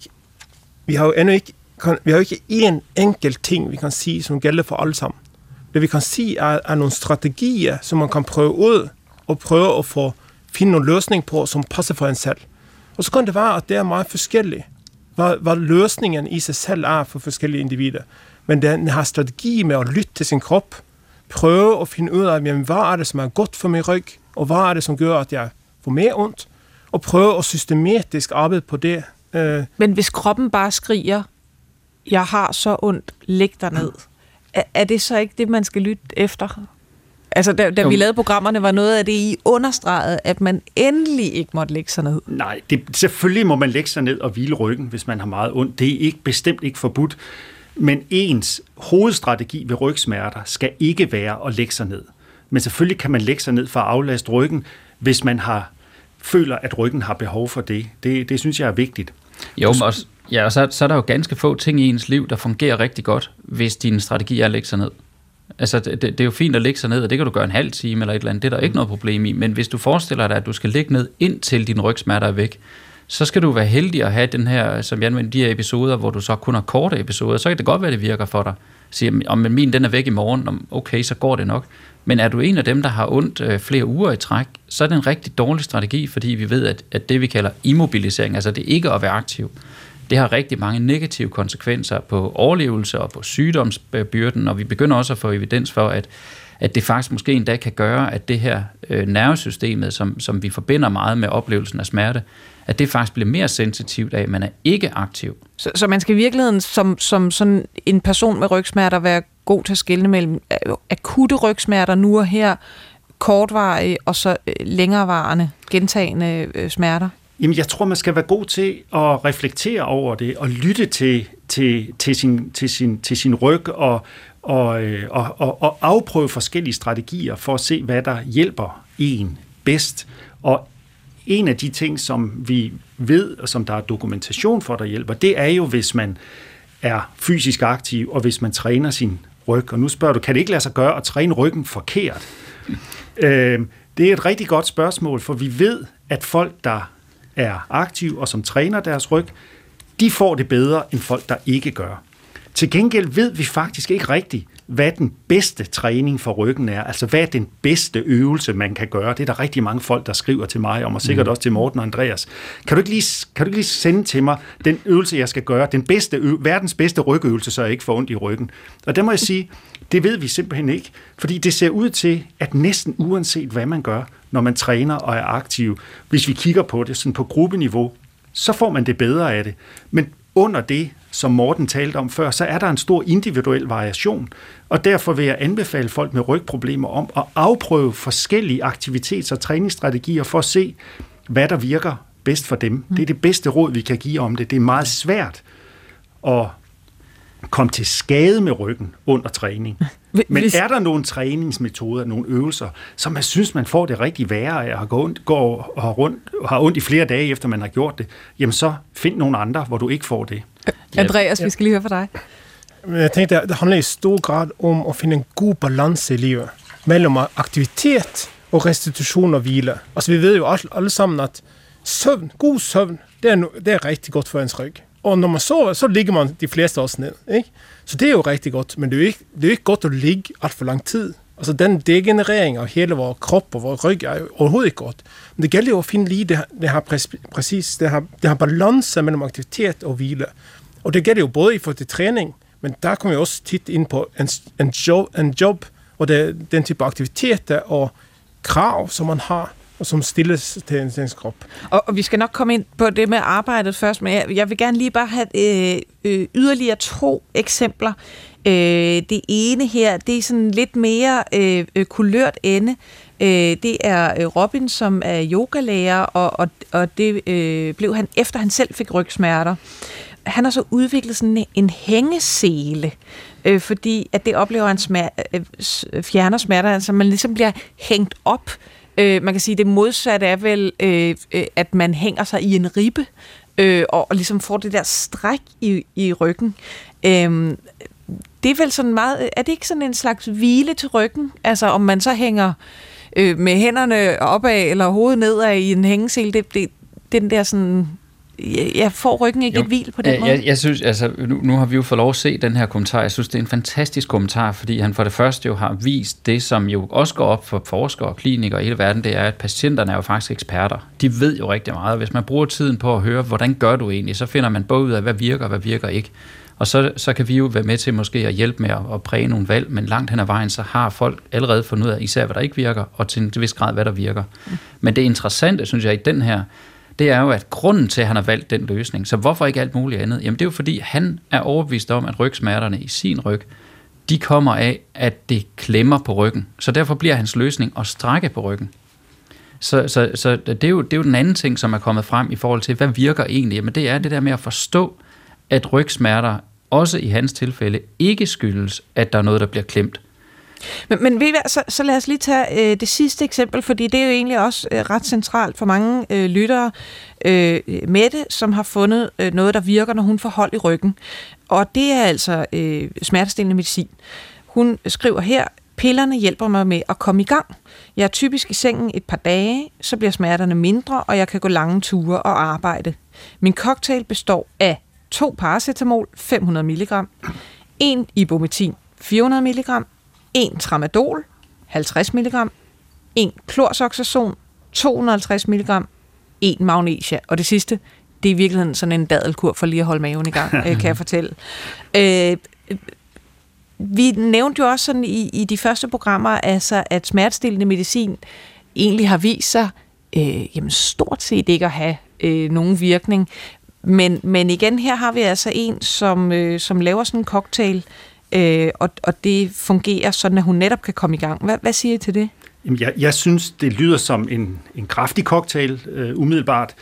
Vi har jo endnu ikke Kan, vi har jo ikke en enkelt ting, vi kan sige, som gælder for alle sammen. Det vi kan sige, er, er nogle strategier, som man kan prøve ud, og prøve at få, finde nogle løsning på, som passer for en selv. Og så kan det være, at det er meget forskelligt, hvad, hvad løsningen i sig selv er for forskellige individer. Men den har strategi med at lytte til sin krop, prøve at finde ud af, jamen, hvad er det, som er godt for min ryg, og hvad er det, som gør, at jeg får mere ondt, og prøve at systematisk arbejde på det. Men hvis kroppen bare skriger, jeg har så ondt, læg dig ned. Er, er det så ikke det, man skal lytte efter? Altså, da, da vi lavede programmerne, var noget af det, I understregede, at man endelig ikke måtte lægge sig ned. Nej, det, selvfølgelig må man lægge sig ned og hvile ryggen, hvis man har meget ondt. Det er ikke, bestemt ikke forbudt. Men ens hovedstrategi ved rygsmerter skal ikke være at lægge sig ned. Men selvfølgelig kan man lægge sig ned for at aflaste ryggen, hvis man har, føler, at ryggen har behov for det. Det, det synes jeg er vigtigt. Jo, men også, ja, og så, så er der jo ganske få ting i ens liv, der fungerer rigtig godt, hvis din strategi er at lægge sig ned. Altså, det, det er jo fint at lægge sig ned, og det kan du gøre en halv time eller et eller andet, det er der ikke noget problem i, men hvis du forestiller dig, at du skal ligge ned, indtil din rygsmerter er væk, så skal du være heldig at have den her, som jeg anvender, de her episoder, hvor du så kun har korte episoder, så kan det godt være, det virker for dig. Siger, om min den er væk i morgen, okay, så går det nok. Men er du en af dem, der har ondt øh, flere uger i træk, så er det en rigtig dårlig strategi, fordi vi ved, at, at det vi kalder immobilisering, altså det ikke at være aktiv, det har rigtig mange negative konsekvenser på overlevelse og på sygdomsbyrden, og vi begynder også at få evidens for, at, at det faktisk måske endda kan gøre, at det her øh, nervesystemet, som, som vi forbinder meget med oplevelsen af smerte, at det faktisk bliver mere sensitivt af, at man er ikke aktiv. Så, så man skal i virkeligheden som, som sådan en person med rygsmerter være god til at skelne mellem akutte rygsmerter nu og her, kortvarige og så længerevarende, gentagende øh, smerter? Jamen, jeg tror, man skal være god til at reflektere over det og lytte til, til, til, sin, til, sin, til sin ryg og, og, og, og, og afprøve forskellige strategier for at se, hvad der hjælper en bedst. Og en af de ting, som vi ved, og som der er dokumentation for, der hjælper, det er jo, hvis man er fysisk aktiv, og hvis man træner sin ryg. Og nu spørger du, kan det ikke lade sig gøre at træne ryggen forkert? øh, det er et rigtig godt spørgsmål, for vi ved, at folk, der er aktive og som træner deres ryg, de får det bedre end folk, der ikke gør. Til gengæld ved vi faktisk ikke rigtigt, hvad den bedste træning for ryggen er. Altså, hvad er den bedste øvelse, man kan gøre? Det er der rigtig mange folk, der skriver til mig om, og sikkert mm. også til Morten og Andreas. Kan du ikke lige, kan du ikke lige sende til mig den øvelse, jeg skal gøre? Den bedste ø- verdens bedste rygøvelse, så jeg ikke får ondt i ryggen. Og der må jeg sige, det ved vi simpelthen ikke, fordi det ser ud til, at næsten uanset hvad man gør, når man træner og er aktiv, hvis vi kigger på det sådan på gruppeniveau, så får man det bedre af det. Men under det, som Morten talte om før, så er der en stor individuel variation, og derfor vil jeg anbefale folk med rygproblemer om at afprøve forskellige aktivitets- og træningsstrategier for at se, hvad der virker bedst for dem. Det er det bedste råd, vi kan give om det. Det er meget svært at komme til skade med ryggen under træning. Men er der nogle træningsmetoder, nogle øvelser, som man synes, man får det rigtig værre af at gå ondt, går og har, rundt, og har ondt i flere dage, efter man har gjort det, jamen så find nogle andre, hvor du ikke får det. Andreas, vi skal lige høre fra dig. Jeg tænkte, det handler i stor grad om at finde en god balance i livet mellem aktivitet og restitution og hvile. Altså, vi ved jo alle, alle sammen, at søvn, god søvn, det er, det er rigtig godt for ens ryg. Og når man sover, så ligger man de fleste også ned, ikke? Så det er jo rigtig godt, men det er jo ikke, det er jo ikke godt at ligge alt for lang tid. Altså, den degenerering af hele vores krop og vores ryg er jo overhovedet ikke godt. Men det gælder jo at finde lige det her, det her præcis, det her, det her balance mellem aktivitet og hvile. Og det gælder jo både i forhold til træning, men der kommer vi også tit ind på en, en, job, en job, og det, den type aktiviteter og krav, som man har. og som stilles til ens, ens krop. Og, og vi skal nok komme ind på det med arbejdet først, men jeg, jeg vil gerne lige bare have øh, øh, yderligere to eksempler. Øh, det ene her, det er sådan lidt mere øh, øh, kulørt ende. Øh, det er øh, Robin, som er yogalærer, og, og, og det øh, blev han, efter han selv fik rygsmerter. Han har så udviklet sådan en, en hængesele, øh, fordi at det oplever han smer, øh, fjerner smerter, altså man ligesom bliver hængt op. Øh, man kan sige, at det modsatte er vel, øh, øh, at man hænger sig i en ribbe, øh, og, og ligesom får det der stræk i, i ryggen. Øh, det er vel sådan meget, er det ikke sådan en slags hvile til ryggen? Altså om man så hænger øh, med hænderne opad eller hovedet nedad i en hængesele, det, det, den der sådan... Jeg får ryggen ikke jo. Et hvil på den måde? Jeg, jeg synes, altså, nu, nu har vi jo fået lov at se den her kommentar. Jeg synes, det er en fantastisk kommentar, fordi han for det første jo har vist det, som jo også går op for forskere og klinikere i hele verden, det er, at patienterne er jo faktisk eksperter. De ved jo rigtig meget, og hvis man bruger tiden på at høre, hvordan gør du egentlig, så finder man både ud af, hvad virker og hvad virker ikke. Og så, så kan vi jo være med til måske at hjælpe med at, at præge nogle valg, men langt hen ad vejen, så har folk allerede fundet ud af, især hvad der ikke virker, og til en vis grad, hvad der virker. Mm. Men det interessante, synes jeg, i den her, det er jo, at grunden til, at han har valgt den løsning, så hvorfor ikke alt muligt andet? Jamen det er jo fordi, han er overbevist om, at rygsmerterne i sin ryg, de kommer af, at det klemmer på ryggen. Så derfor bliver hans løsning at strække på ryggen. Så, så, så det, er jo, det er jo den anden ting, som er kommet frem i forhold til, hvad virker egentlig? Jamen det er det der med at forstå, at rygsmerter, også i hans tilfælde, ikke skyldes, at der er noget, der bliver klemt. Men, men ved I hvad, så, så lad os lige tage øh, det sidste eksempel, fordi det er jo egentlig også øh, ret centralt for mange øh, lyttere. Øh, Mette, som har fundet øh, noget, der virker, når hun får hold i ryggen. Og det er altså øh, smertestillende medicin. Hun skriver her, pillerne hjælper mig med at komme i gang. Jeg er typisk i sengen et par dage, så bliver smerterne mindre, og jeg kan gå lange ture og arbejde. Min cocktail består af to paracetamol, fem hundrede milligram, en ibuprofen, fire hundrede milligram, en tramadol, halvtreds milligram, en klorsoxazon, to hundrede og halvtreds milligram, en magnesia. Og det sidste, det er i virkeligheden sådan en dadelkur for lige at holde maven i gang, kan jeg fortælle. Øh, vi nævnte jo også sådan i, i de første programmer, altså, at smertestillende medicin egentlig har vist sig øh, jamen stort set ikke at have øh, nogen virkning. Men, men igen, her har vi altså en, som, øh, som laver sådan en cocktail, øh, og, og det fungerer sådan, at hun netop kan komme i gang. Hvad, hvad siger I til det? Jamen, jeg, jeg synes, det lyder som en, en kraftig cocktail, øh, umiddelbart.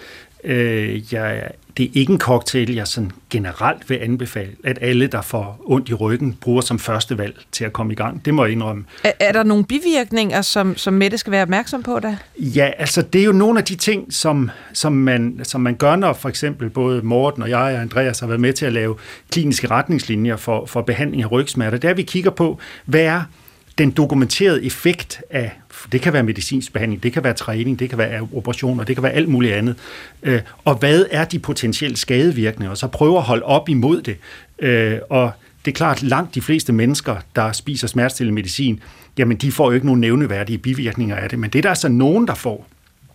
Øh, jeg, det er ikke en cocktail, jeg sådan generelt vil anbefale, at alle, der får ondt i ryggen, bruger som første valg til at komme i gang. Det må jeg indrømme. Er, er der nogle bivirkninger, som, som Mette skal være opmærksom på da? Ja, altså det er jo nogle af de ting, som, som, man, som man gør, når for eksempel både Morten og jeg og Andreas har været med til at lave kliniske retningslinjer for, for behandling af rygsmerter. Der vi kigger på, hvad er den dokumenterede effekt af, det kan være medicinsk behandling, det kan være træning, det kan være operationer, det kan være alt muligt andet. Øh, og hvad er de potentielle skadevirkninger? Og så prøve at holde op imod det. Øh, og det er klart, langt de fleste mennesker, der spiser smertestillende medicin, jamen de får jo ikke nogen nævneværdige bivirkninger af det, men det er der altså nogen, der får.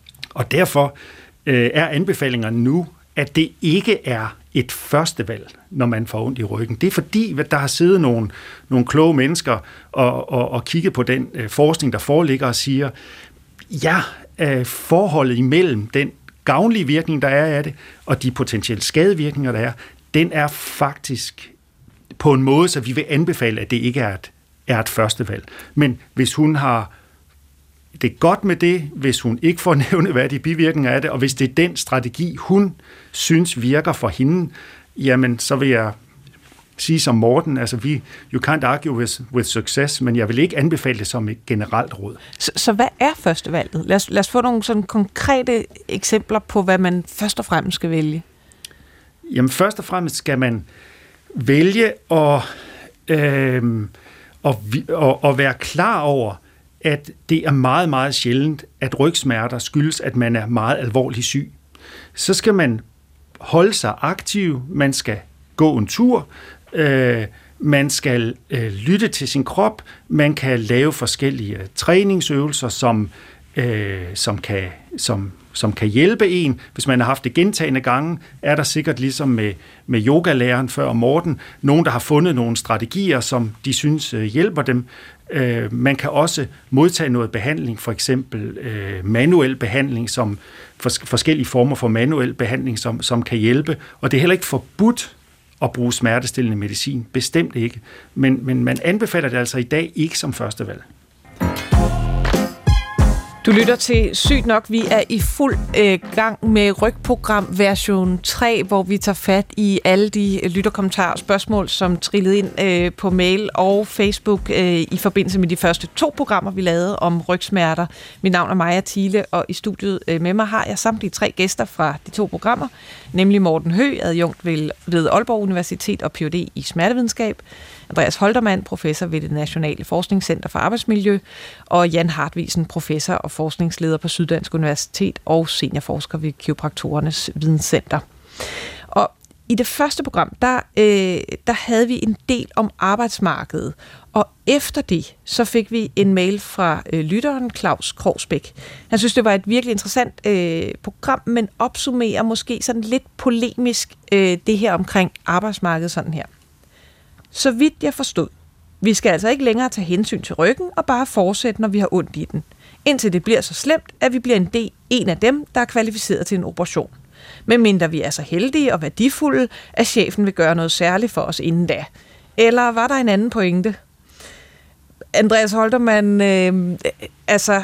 Og derfor øh, er anbefalingerne nu, at det ikke er et første valg, når man får ondt i ryggen. Det er fordi, at der har siddet nogle, nogle kloge mennesker og, og, og kigget på den øh, forskning, der foreligger og siger, ja, øh, forholdet imellem den gavnlige virkning, der er af det, og de potentielle skadevirkninger, der er, den er faktisk på en måde, så vi vil anbefale, at det ikke er et, er et første valg. Men hvis hun har det er godt med det, hvis hun ikke får nævneværdige bivirkninger af det, og hvis det er den strategi, hun synes virker for hende, jamen så vil jeg sige som Morten, altså vi, you can't argue with, with success, men jeg vil ikke anbefale det som et generelt råd. Så, så hvad er førstevalget? Lad os, lad os få nogle sådan konkrete eksempler på, hvad man først og fremmest skal vælge. Jamen først og fremmest skal man vælge at, øh, at, at, at være klar over, at det er meget, meget sjældent, at rygsmerter skyldes, at man er meget alvorligt syg. Så skal man holde sig aktiv, man skal gå en tur, øh, man skal øh, lytte til sin krop, man kan lave forskellige træningsøvelser, som, øh, som, kan, som, som kan hjælpe en. Hvis man har haft det gentagne gange, er der sikkert ligesom med, med yogalæreren før Morten, nogen, der har fundet nogle strategier, som de synes øh, hjælper dem. Øh, man kan også modtage noget behandling, for eksempel øh, manuel behandling, som fors- forskellige former for manuel behandling, som, som kan hjælpe. Og det er heller ikke forbudt at bruge smertestillende medicin. Bestemt ikke. Men, men man anbefaler det altså i dag ikke som første valg. Du lytter til Sygt nok. Vi er i fuld øh, gang med Rygprogram version tre, hvor vi tager fat i alle de lytterkommentarer og spørgsmål, som trillede ind øh, på mail og Facebook øh, i forbindelse med de første to programmer, vi lavede om rygsmerter. Mit navn er Maja Thiele, og i studiet øh, med mig har jeg samtlige tre gæster fra de to programmer, nemlig Morten Høgh, adjunkt ved, ved Aalborg Universitet og P H D i smertevidenskab, Andreas Holtermann, professor ved det Nationale Forskningscenter for Arbejdsmiljø, og Jan Hartvigsen, professor og forskningsleder på Syddansk Universitet og seniorforsker ved Kiropraktorernes Videnscenter. Og i det første program, der, øh, der havde vi en del om arbejdsmarkedet, og efter det, så fik vi en mail fra øh, lytteren Claus Krogsbæk. Han synes, det var et virkelig interessant øh, program, men opsummerer måske sådan lidt polemisk øh, det her omkring arbejdsmarkedet sådan her. Så vidt jeg forstod, vi skal altså ikke længere tage hensyn til ryggen og bare fortsætte, når vi har ondt i den. Indtil det bliver så slemt, at vi bliver en del, en af dem, der er kvalificeret til en operation. Medmindre vi er så heldige og værdifulde, at chefen vil gøre noget særligt for os inden da. Eller var der en anden pointe? Andreas Holtermann, øh, altså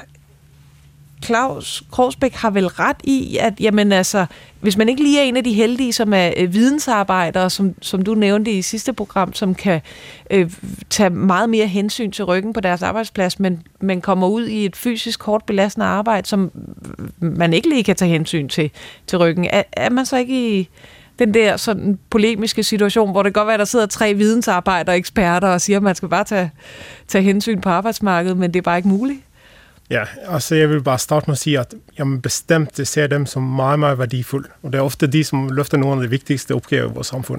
Claus Krogsbæk har vel ret i, at jamen, altså, hvis man ikke lige er en af de heldige, som er øh, vidensarbejdere, som, som du nævnte i sidste program, som kan øh, tage meget mere hensyn til ryggen på deres arbejdsplads, men, men kommer ud i et fysisk hårdt belastende arbejde, som man ikke lige kan tage hensyn til, til ryggen, er, er man så ikke i den der sådan polemiske situation, hvor det godt være, at der sidder tre vidensarbejdere og eksperter og siger, at man skal bare tage, tage hensyn på arbejdsmarkedet, men det er bare ikke muligt? Ja, altså jeg vil bare starte med at sige, at jeg bestemt ser dem som meget, meget værdifulde. Og det er ofte de, som løfter nogle af de vigtigste opgaver i vores samfund.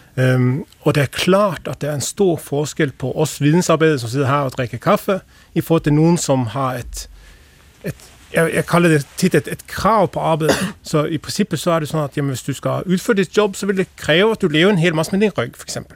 Um, og det er klart, at der er en stor forskel på os vidensarbejdere, som sidder her og drikker kaffe, i forhold til nogen, som har et, et jeg, jeg kalder det tit et, et krav på arbejdet. Så i princippet så er det sådan, at jamen, hvis du skal udføre dit job, så vil det kræve, at du lever en hel masse med din ryg, for eksempel.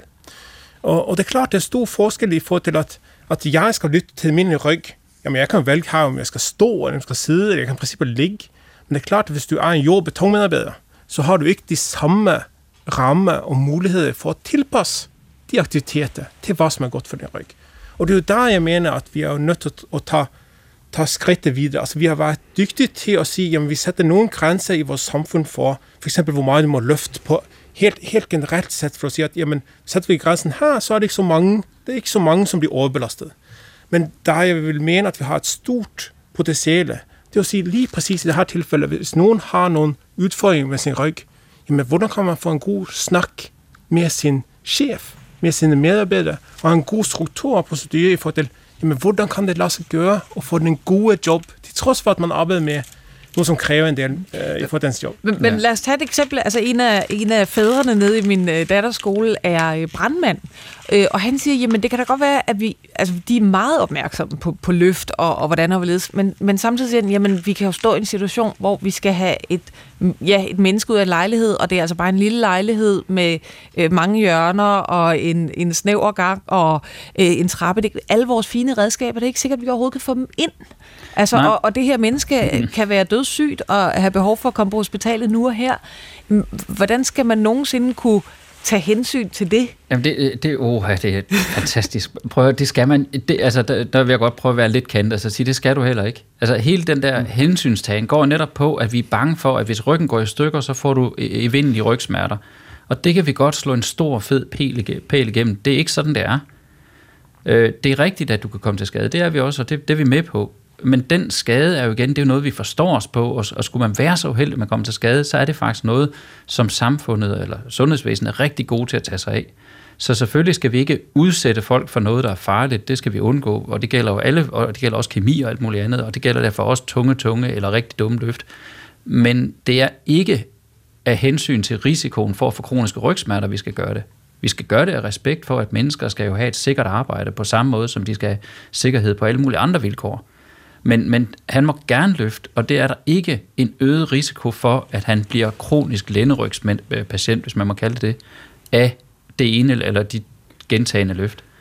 Og, og det er klart, der er stor forskel i forhold til, at, at jeg skal lytte til min ryg. Jamen, jeg kan vælge her, om jeg skal stå, eller om jeg skal sidde, eller jeg kan i princippet ligge. Men det er klart, at hvis du er en jord- og betonmedarbejder, så har du ikke de samme rammer og muligheder for at tilpasse de aktiviteter til, hvad som er godt for din ryg. Og det er jo der, jeg mener, at vi er nødt til at tage, tage skridtet videre. Altså, vi har været dygtige til at sige, jamen, vi sætter nogle grænser i vores samfund for, for eksempel, hvor meget du må løfte på, helt, helt generelt set, for at sige, at jamen, sætter vi grænsen her, så er det ikke så mange, det er ikke så mange, som bliver overbelastet. Men der jeg vil mene, at vi har et stort potentiale. Det vil sige lige præcis i det her tilfælde, hvis nogen har nogle udfordringer med sin ryg, jamen hvordan kan man få en god snak med sin chef, med sine medarbejdere, og en god struktur og procedure i forhold til, jamen hvordan kan det lade sig gøre at få den gode job, til trods for at man arbejder med noget, som kræver en del øh, i forhold til job. Men, men lad os tage et eksempel. Altså en af, en af fædrene nede i min øh, datters skole er øh, brandmand, øh, og han siger, jamen det kan da godt være, at vi, altså de er meget opmærksomme på, på løft og, og hvordan overledes, men, men samtidig siger han, jamen vi kan jo stå i en situation, hvor vi skal have et, ja, et menneske ud af en lejlighed, og det er altså bare en lille lejlighed med øh, mange hjørner og en, en snæver gang og øh, en trappe. Det, alle vores fine redskaber, det er ikke sikkert, at vi overhovedet kan få dem ind. Altså, og, og det her menneske kan være dødssygt og have behov for at komme på hospitalet nu og her. Hvordan skal man nogensinde kunne tage hensyn til det? Jamen det, det, oh, det er fantastisk. Prøv, det skal man, det, altså der, der vil jeg godt prøve at være lidt kendt, altså sige, det skal du heller ikke. Altså hele den der mm. hensynstagen går netop på, at vi er bange for, at hvis ryggen går i stykker, så får du evindelige rygsmerter. Og det kan vi godt slå en stor, fed pæl igennem. Det er ikke sådan, det er. Det er rigtigt, at du kan komme til skade. Det er vi også, og det, det er vi med på. Men den skade er jo igen, det er jo noget, vi forstår os på, og, og skulle man være så uheldig, at man kommer til skade, så er det faktisk noget, som samfundet eller sundhedsvæsenet er rigtig gode til at tage sig af. Så selvfølgelig skal vi ikke udsætte folk for noget, der er farligt, det skal vi undgå, og det gælder jo alle, og det gælder også kemi og alt muligt andet, og det gælder derfor også tunge, tunge eller rigtig dumme løft. Men det er ikke af hensyn til risikoen for at få kroniske rygsmerter, vi skal gøre det. Vi skal gøre det af respekt for, at mennesker skal jo have et sikkert arbejde på samme måde, som de skal have sikkerhed på alle mulige andre vilkår. Men, men han må gerne løfte, og det er der ikke en øget risiko for, at han bliver kronisk lænderygspatient, hvis man må kalde det, af det ene eller de gentagende løft.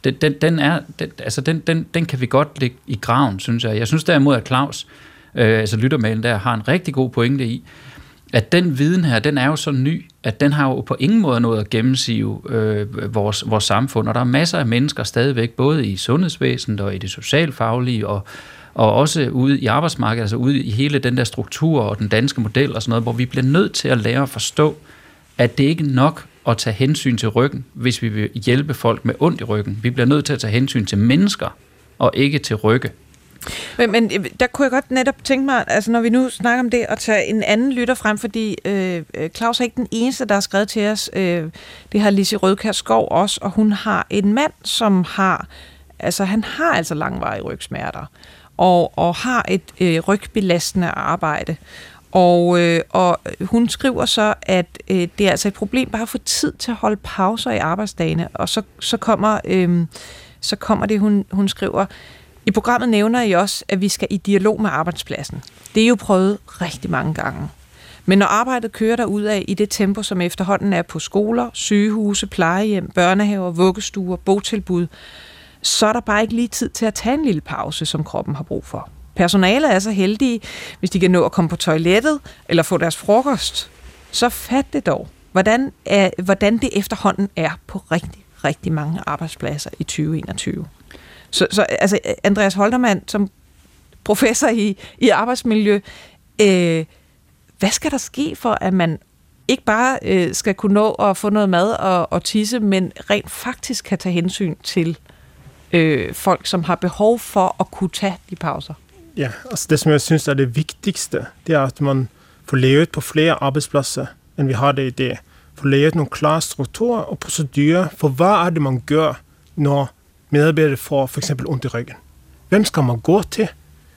den, den, den, er, den, altså den, den, den kan vi godt lægge i graven, synes jeg. Jeg synes derimod, at Claus, øh, altså lyttermailen der, har en rigtig god pointe i, at den viden her, den er jo så ny, at den har jo på ingen måde noget at gennemsive øh, vores, vores samfund, og der er masser af mennesker stadigvæk, både i sundhedsvæsenet og i det socialfaglige, og, og også ude i arbejdsmarkedet, altså ude i hele den der struktur og den danske model og sådan noget, hvor vi bliver nødt til at lære at forstå, at det ikke er nok at tage hensyn til ryggen, hvis vi vil hjælpe folk med ondt i ryggen. Vi bliver nødt til at tage hensyn til mennesker, og ikke til rygge. Men, men der kunne jeg godt netop tænke mig, altså når vi nu snakker om det, at tage en anden lytter frem, fordi øh, Claus er ikke den eneste, der har skrevet til os. Øh, det har Lise Rødkær Skov også, og hun har en mand, som har, altså han har altså langvarige rygsmerter, og, og har et øh, rygbelastende arbejde. Og, øh, og hun skriver så, at øh, det er altså et problem bare at få tid til at holde pauser i arbejdsdagene, og så, så, kommer, øh, så kommer det, hun, hun skriver. I programmet nævner I også, at vi skal i dialog med arbejdspladsen. Det er jo prøvet rigtig mange gange. Men når arbejdet kører derudad i det tempo, som efterhånden er på skoler, sygehuse, plejehjem, børnehaver, vuggestuer, botilbud, så er der bare ikke lige tid til at tage en lille pause, som kroppen har brug for. Personalet er så heldige, hvis de kan nå at komme på toilettet eller få deres frokost. Så fat det dog, hvordan, er, hvordan det efterhånden er på rigtig, rigtig mange arbejdspladser i tyve enogtyve. Så, så altså, Andreas Holtermann, som professor i, i arbejdsmiljø, øh, hvad skal der ske for, at man ikke bare øh, skal kunne nå at få noget mad og, og tisse, men rent faktisk kan tage hensyn til øh, folk, som har behov for at kunne tage de pauser? Ja, altså det som jeg synes er det vigtigste, det er at man får levet på flere arbejdspladser, end vi har det i dag. Får levet nogle klare strukturer og procedurer for, hvad er det, man gør, når medarbejdere får for eksempel ondt i ryggen. Hvem skal man gå til?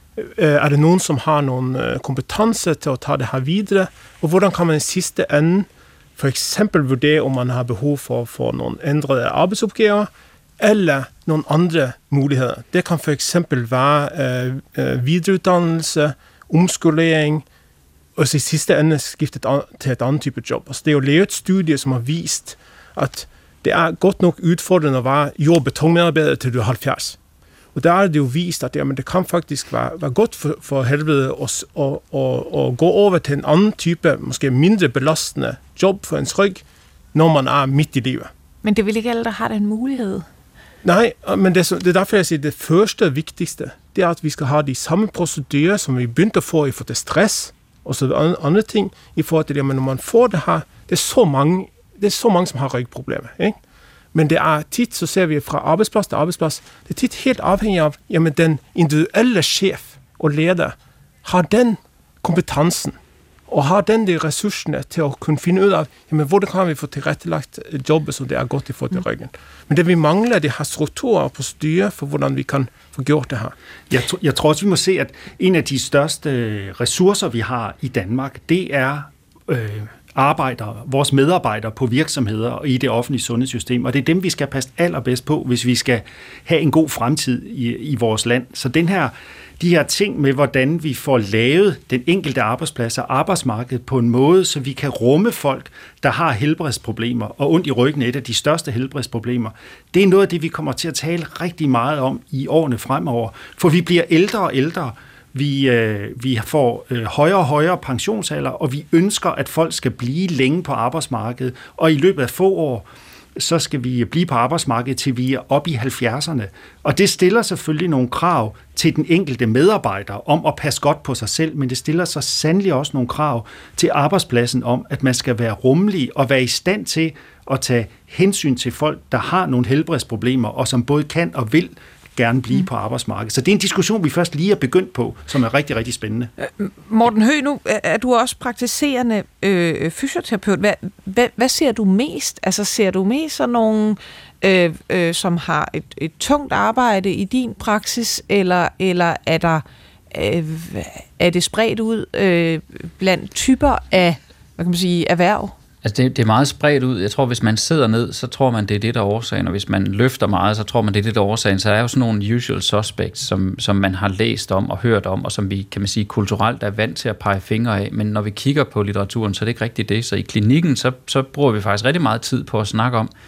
Er det nogen, som har nogle kompetencer til at tage det her videre? Og hvordan kan man i sidste ende for eksempel vurdere, om man har behov for, for nogle ændrede arbejdsopgaver, eller nogle andre muligheder. Det kan for eksempel være øh, videreuddannelse, omskolering, og så i sidste ende skiftet til et andet type job. Altså, det er jo lavet et studie, som har vist, at det er godt nok udfordrende at være jord- og betonmedarbejder til du er halvfjerds. Og der er det jo vist, at jamen, det kan faktisk være, være godt for, for helvede at, at, at, at gå over til en anden type, måske mindre belastende job for ens ryg, når man er midt i livet. Men det vil ikke alle, der har den mulighed. Nej, men det er, det er derfor, jeg siger, det første og vigtigste, det er, at vi skal have de samme procedurer, som vi begyndte at få i forhold til stress, og så andre ting, i forhold til det, men når man får det her, det er så mange, det er så mange, som har rygproblemer, ikke? Men det er tit, så ser vi fra arbejdsplads til arbejdsplads, det er tit helt afhængig af, jamen den individuelle chef og leder har den kompetencen, og har den de ressourcerne til at kunne finde ud af, jamen hvordan kan vi få tilrettelagt jobbet, så det er godt i forhold til ryggen. Men det vi mangler, det har strukturer og procedurer for, hvordan vi kan få gjort det her. Jeg, t- jeg tror også, vi må se, at en af de største ressourcer, vi har i Danmark, det er øh, arbejdere, vores medarbejdere på virksomheder og i det offentlige sundhedssystem, og det er dem, vi skal passe allerbedst på, hvis vi skal have en god fremtid i, i vores land. Så den her de her ting med, hvordan vi får lavet den enkelte arbejdsplads og arbejdsmarked på en måde, så vi kan rumme folk, der har helbredsproblemer, og ondt i ryggen er et af de største helbredsproblemer. Det er noget af det, vi kommer til at tale rigtig meget om i årene fremover, for vi bliver ældre og ældre, vi, øh, vi får øh, højere og højere pensionsalder, og vi ønsker, at folk skal blive længe på arbejdsmarkedet, og i løbet af få år, så skal vi blive på arbejdsmarkedet, til vi er oppe i halvfjerdserne. Og det stiller selvfølgelig nogle krav til den enkelte medarbejder om at passe godt på sig selv, men det stiller så sandelig også nogle krav til arbejdspladsen om, at man skal være rummelig og være i stand til at tage hensyn til folk, der har nogle helbredsproblemer, og som både kan og vil gerne blive mm. på arbejdsmarkedet. Så det er en diskussion, vi først lige er begyndt på, som er rigtig, rigtig spændende. Morten Høgh, nu er du også praktiserende øh, fysioterapeut. Hvad, hvad, hvad ser du mest? Altså ser du mest sådan nogle, øh, øh, som har et, et tungt arbejde i din praksis, eller, eller er, der, øh, er det spredt ud øh, blandt typer af, hvad kan man sige, erhverv? Altså det, det er meget spredt ud. Jeg tror, hvis man sidder ned, så tror man, det er det, der er årsagen, og hvis man løfter meget, så tror man, det er det, der er årsagen. Så er jo sådan nogle usual suspects, som, som man har læst om og hørt om, og som vi, kan man sige, kulturelt er vant til at pege fingre af. Men når vi kigger på litteraturen, så er det ikke rigtigt det. Så i klinikken, så, så bruger vi faktisk rigtig meget tid på at snakke om,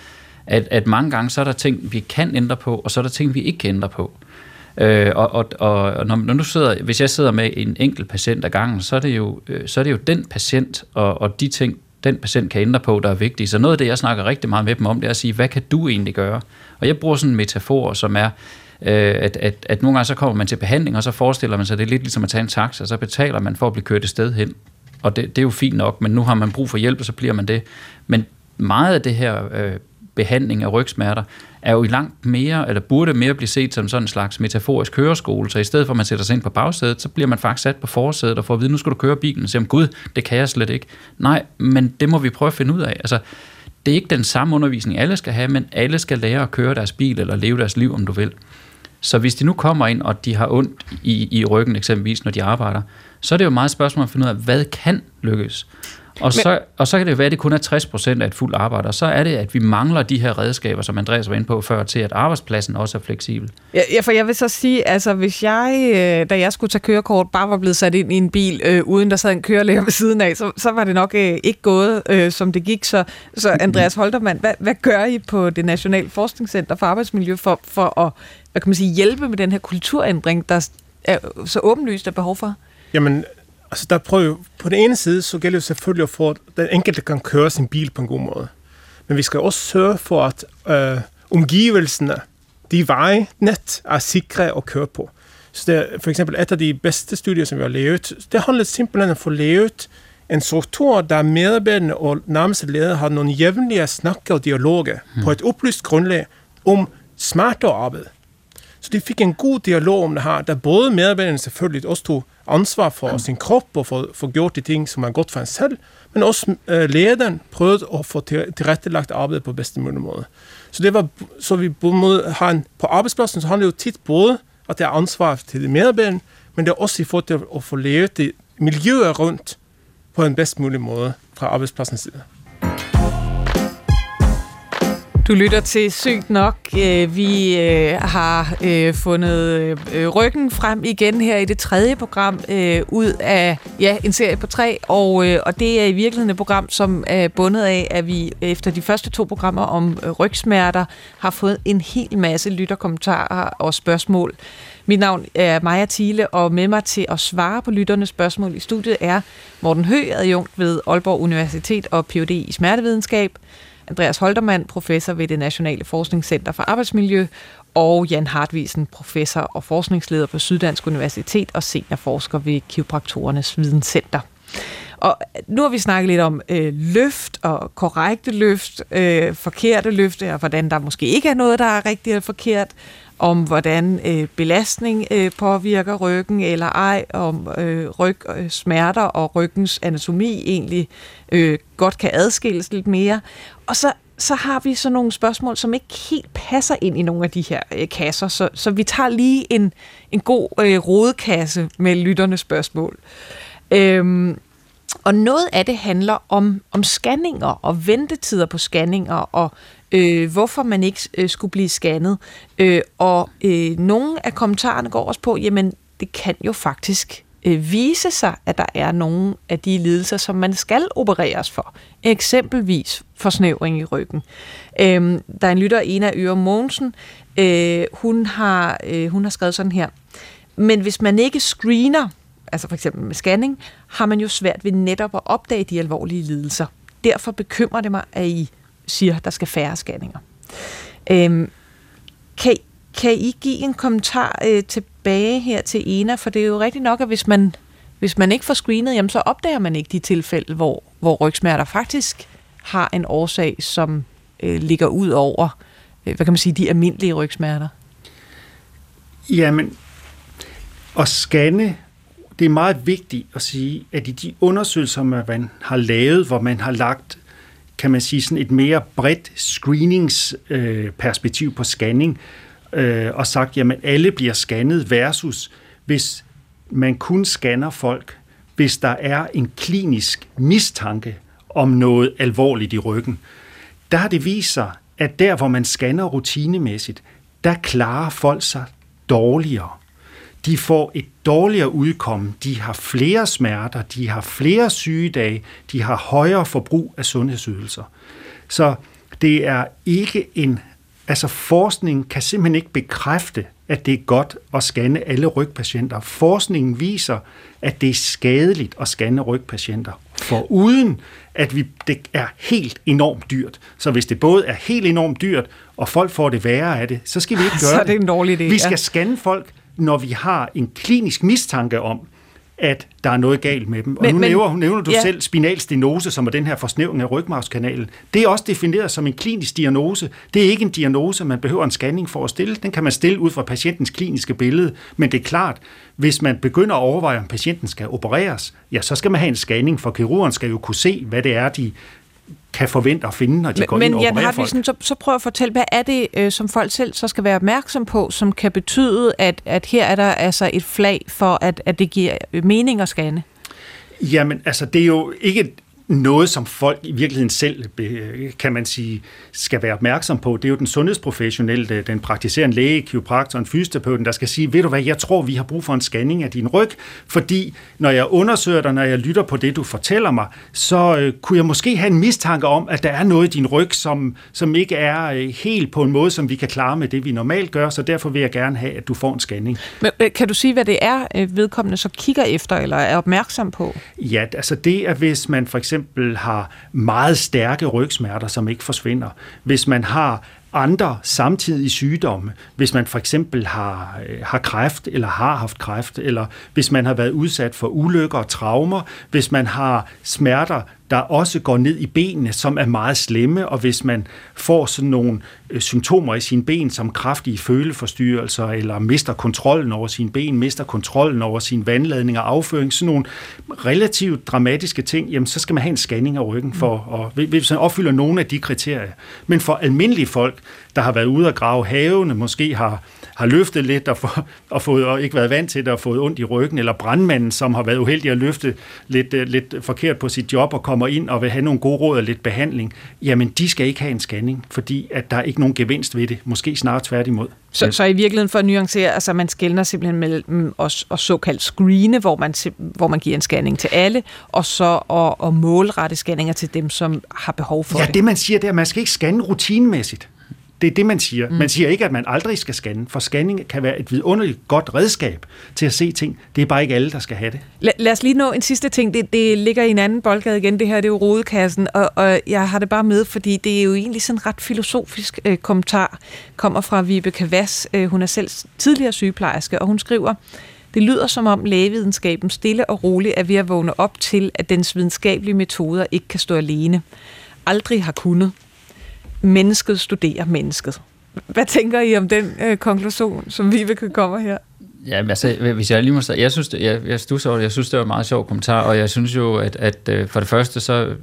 at, at mange gange, så er der ting, vi kan ændre på, og så er der ting, vi ikke kan ændre på. Øh, og og, og når, når du sidder, hvis jeg sidder med en enkelt patient ad gangen, så er det jo, så er det jo den patient, og, og de ting, den patient kan ændre på, der er vigtige. Så noget af det, jeg snakker rigtig meget med dem om, det er at sige, hvad kan du egentlig gøre? Og jeg bruger sådan en metafor, som er, øh, at, at, at nogle gange så kommer man til behandling, og så forestiller man sig, det er lidt ligesom at tage en taxa, og så betaler man for at blive kørt et sted hen. Og det, det er jo fint nok, men nu har man brug for hjælp, og så bliver man det. Men meget af det her øh, behandling af rygsmerter er jo i langt mere, eller burde mere blive set som sådan en slags metaforisk køreskole, så i stedet for at man sætter sig ind på bagsædet, så bliver man faktisk sat på forsædet og får at vide, nu skal du køre bilen, og siger, gud, det kan jeg slet ikke. Nej, men det må vi prøve at finde ud af. Altså, det er ikke den samme undervisning, alle skal have, men alle skal lære at køre deres bil, eller leve deres liv, om du vil. Så hvis de nu kommer ind, og de har ondt i, i ryggen eksempelvis, når de arbejder, så er det jo meget spørgsmål at finde ud af, hvad kan lykkes? Og så, og så kan det være, at det kun er tres procent af et fuldt arbejde, og så er det, at vi mangler de her redskaber, som Andreas var inde på før, til at arbejdspladsen også er fleksibel. Ja, for jeg vil så sige, altså hvis jeg, da jeg skulle tage kørekort, bare var blevet sat ind i en bil, øh, uden der sad en kørelærer ved siden af, så, så var det nok øh, ikke gået, øh, som det gik. Så, så Andreas Holtermann, hvad, hvad gør I på det Nationale Forskningscenter for Arbejdsmiljø for, for at hvad kan man sige, hjælpe med den her kulturændring, der er så åbenlyst er behov for? Jamen, altså der prøver på den ene side, så gælder det selvfølgelig at få, at den enkelte kan køre sin bil på en god måde. Men vi skal også sørge for, at øh, omgivelsene, de vejnet, er sikre at køre på. Så det er for eksempel et af de bedste studier, som vi har lavet. Det handler simpelthen om at få lavet en struktur, der medarbejderne og nærmeste ledere har nogle jævnlige snakker og dialoger mm. på et oplyst grundlag om smerte og arbejde. Så de fik en god dialog om det her, der både medarbejderne selvfølgelig også tog ansvar for sin krop og for, for gjort de ting, som er godt for en selv, men også øh, lederen prøvede at få tilrettelagt arbejde på bedste mulige måde. Så det var, så vi både har en, på arbejdspladsen, så handler det jo tit både, at det er ansvar til medarbejderne, men det er også i forhold til at få lavet det miljøet rundt på en bedst mulig måde fra arbejdspladsens side. Du lytter til Sygt Nok. Vi har fundet ryggen frem igen her i det tredje program ud af ja, en serie på tre, og, og det er i virkeligheden et program, som er bundet af, at vi efter de første to programmer om rygsmerter har fået en hel masse lytterkommentarer og spørgsmål. Mit navn er Maja Thiele, og med mig til at svare på lytternes spørgsmål i studiet er Morten Høgh, adjunkt ved Aalborg Universitet og P H D i smertevidenskab, Andreas Holtermann, professor ved det Nationale Forskningscenter for Arbejdsmiljø, og Jan Hartvigsen, professor og forskningsleder på Syddansk Universitet og seniorforsker ved Kiropraktorernes Videnscenter. Og nu har vi snakket lidt om øh, løft og korrekte løft, øh, forkerte løft, og hvordan der måske ikke er noget, der er rigtigt eller forkert, om hvordan øh, belastning øh, påvirker ryggen eller ej, om øh, rygsmerter og ryggens anatomi egentlig øh, godt kan adskilles lidt mere. Og så, så har vi så nogle spørgsmål, som ikke helt passer ind i nogle af de her øh, kasser, så, så vi tager lige en, en god øh, rodekasse med lytternes spørgsmål. Øhm, og noget af det handler om, om scanninger og ventetider på scanninger og Øh, hvorfor man ikke øh, skulle blive scannet. Øh, og øh, nogle af kommentarerne går også på, jamen det kan jo faktisk øh, vise sig, at der er nogle af de lidelser, som man skal opereres for. Eksempelvis forsnævring i ryggen. Øh, der er en lytter, Ena Øre Mogensen, øh, hun, har, øh, hun har skrevet sådan her. Men hvis man ikke screener, altså for eksempel med scanning, har man jo svært ved netop at opdage de alvorlige lidelser. Derfor bekymrer det mig, at I siger, der skal færre scanninger. Øhm, kan, kan I give en kommentar øh, tilbage her til Ena? For det er jo rigtigt nok, at hvis man, hvis man ikke får screenet, jamen, så opdager man ikke de tilfælde, hvor, hvor rygsmerter faktisk har en årsag, som øh, ligger ud over, øh, hvad kan man sige, de almindelige rygsmerter. Jamen, at scanne, det er meget vigtigt at sige, at i de undersøgelser, man har lavet, hvor man har lagt kan man sige, sådan et mere bredt screeningsperspektiv øh, på scanning, øh, og sagt, jamen alle bliver scannet versus, hvis man kun scanner folk, hvis der er en klinisk mistanke om noget alvorligt i ryggen. Der har det vist sig, at der, hvor man scanner rutinemæssigt, der klarer folk sig dårligere. De får et dårligere udkomme, de har flere smerter, de har flere sygedage, de har højere forbrug af sundhedsydelser. Så Det er ikke en... Altså forskningen kan simpelthen ikke bekræfte, at det er godt at scanne alle rygpatienter. Forskningen viser, at det er skadeligt at scanne rygpatienter, for uden at vi, det er helt enormt dyrt. Så hvis det både er helt enormt dyrt, og folk får det værre af det, så skal vi ikke gøre det. Så er det en dårlig idé. Vi skal scanne folk, når vi har en klinisk mistanke om, at der er noget galt med dem. Og men, nu nævner, men, nævner du ja. selv spinal stenose, som er den her forsnævring af rygmarvskanalen. Det er også defineret som en klinisk diagnose. Det er ikke en diagnose, man behøver en scanning for at stille. Den kan man stille ud fra patientens kliniske billede. Men det er klart, hvis man begynder at overveje, om patienten skal opereres, ja, så skal man have en scanning, for kirurgen skal jo kunne se, hvad det er, de kan forvente at finde, når de men, går ind og opererer folk. Men Jan, så, så prøv at fortælle, hvad er det, øh, som folk selv så skal være opmærksom på, som kan betyde, at, at her er der altså et flag for, at, at det giver mening at scanne? Jamen, altså, det er jo ikke noget, som folk i virkeligheden selv, kan man sige, skal være opmærksom på. Det er jo den sundhedsprofessionelle, den praktiserende læge, kiropraktoren, fysioterapeuten, der skal sige, ved du hvad, jeg tror, vi har brug for en scanning af din ryg, fordi når jeg undersøger dig, når jeg lytter på det, du fortæller mig, så øh, kunne jeg måske have en mistanke om, at der er noget i din ryg, som, som ikke er øh, helt på en måde, som vi kan klare med det, vi normalt gør, så derfor vil jeg gerne have, at du får en scanning. Men, kan du sige, hvad det er, vedkommende så kigger efter, eller er opmærksom på? Ja, altså det er, hvis man for eksempel har meget stærke rygsmerter, som ikke forsvinder. Hvis man har andre samtidige sygdomme, hvis man for eksempel har, har kræft, eller har haft kræft, eller hvis man har været udsat for ulykker og traumer, hvis man har smerter, der også går ned i benene, som er meget slemme, og hvis man får sådan nogle øh, symptomer i sine ben, som kraftige føleforstyrrelser, eller mister kontrollen over sine ben, mister kontrollen over sin vandladning og afføring, sådan nogle relativt dramatiske ting, jamen så skal man have en scanning af ryggen, for, og, hvis man opfylder nogle af de kriterier. Men for almindelige folk, der har været ude at grave havene, måske har, har løftet lidt og, for, og, fået, og ikke været vant til det og fået ondt i ryggen, eller brandmanden, som har været uheldig at løfte lidt, lidt forkert på sit job og kommer ind og vil have nogle gode råd og lidt behandling, jamen de skal ikke have en scanning, fordi at der er ikke nogen gevinst ved det. Måske snarere tværtimod. Så, så i virkeligheden for at nuancere, altså man skelner simpelthen mellem os og såkaldt screene, hvor man, hvor man giver en scanning til alle, og så og, og målrette scanninger til dem, som har behov for ja, det. Ja, det man siger, det er, at man skal ikke scanne rutinemæssigt. Det er det, man siger. Mm. Man siger ikke, at man aldrig skal scanne, for scanning kan være et vidunderligt godt redskab til at se ting. Det er bare ikke alle, der skal have det. La- lad os lige nå en sidste ting. Det, det ligger i en anden boldgade igen. Det her det er jo rodekassen, og, og jeg har det bare med, fordi det er jo egentlig sådan en ret filosofisk øh, kommentar. Kommer fra Vibeke Vass. Øh, hun er selv tidligere sygeplejerske, og hun skriver, det lyder som om lægevidenskaben stille og roligt er ved at vågne op til, at dens videnskabelige metoder ikke kan stå alene. Aldrig har kunnet. Mennesket studerer mennesket. Hvad tænker I om den øh, konklusion, som Vibeke kommer her? Ja, altså, hvis jeg lige må sige, jeg synes, det, jeg, jeg stusser over det, jeg synes, det var en meget sjov kommentar, og jeg synes jo, at, at for det første, så...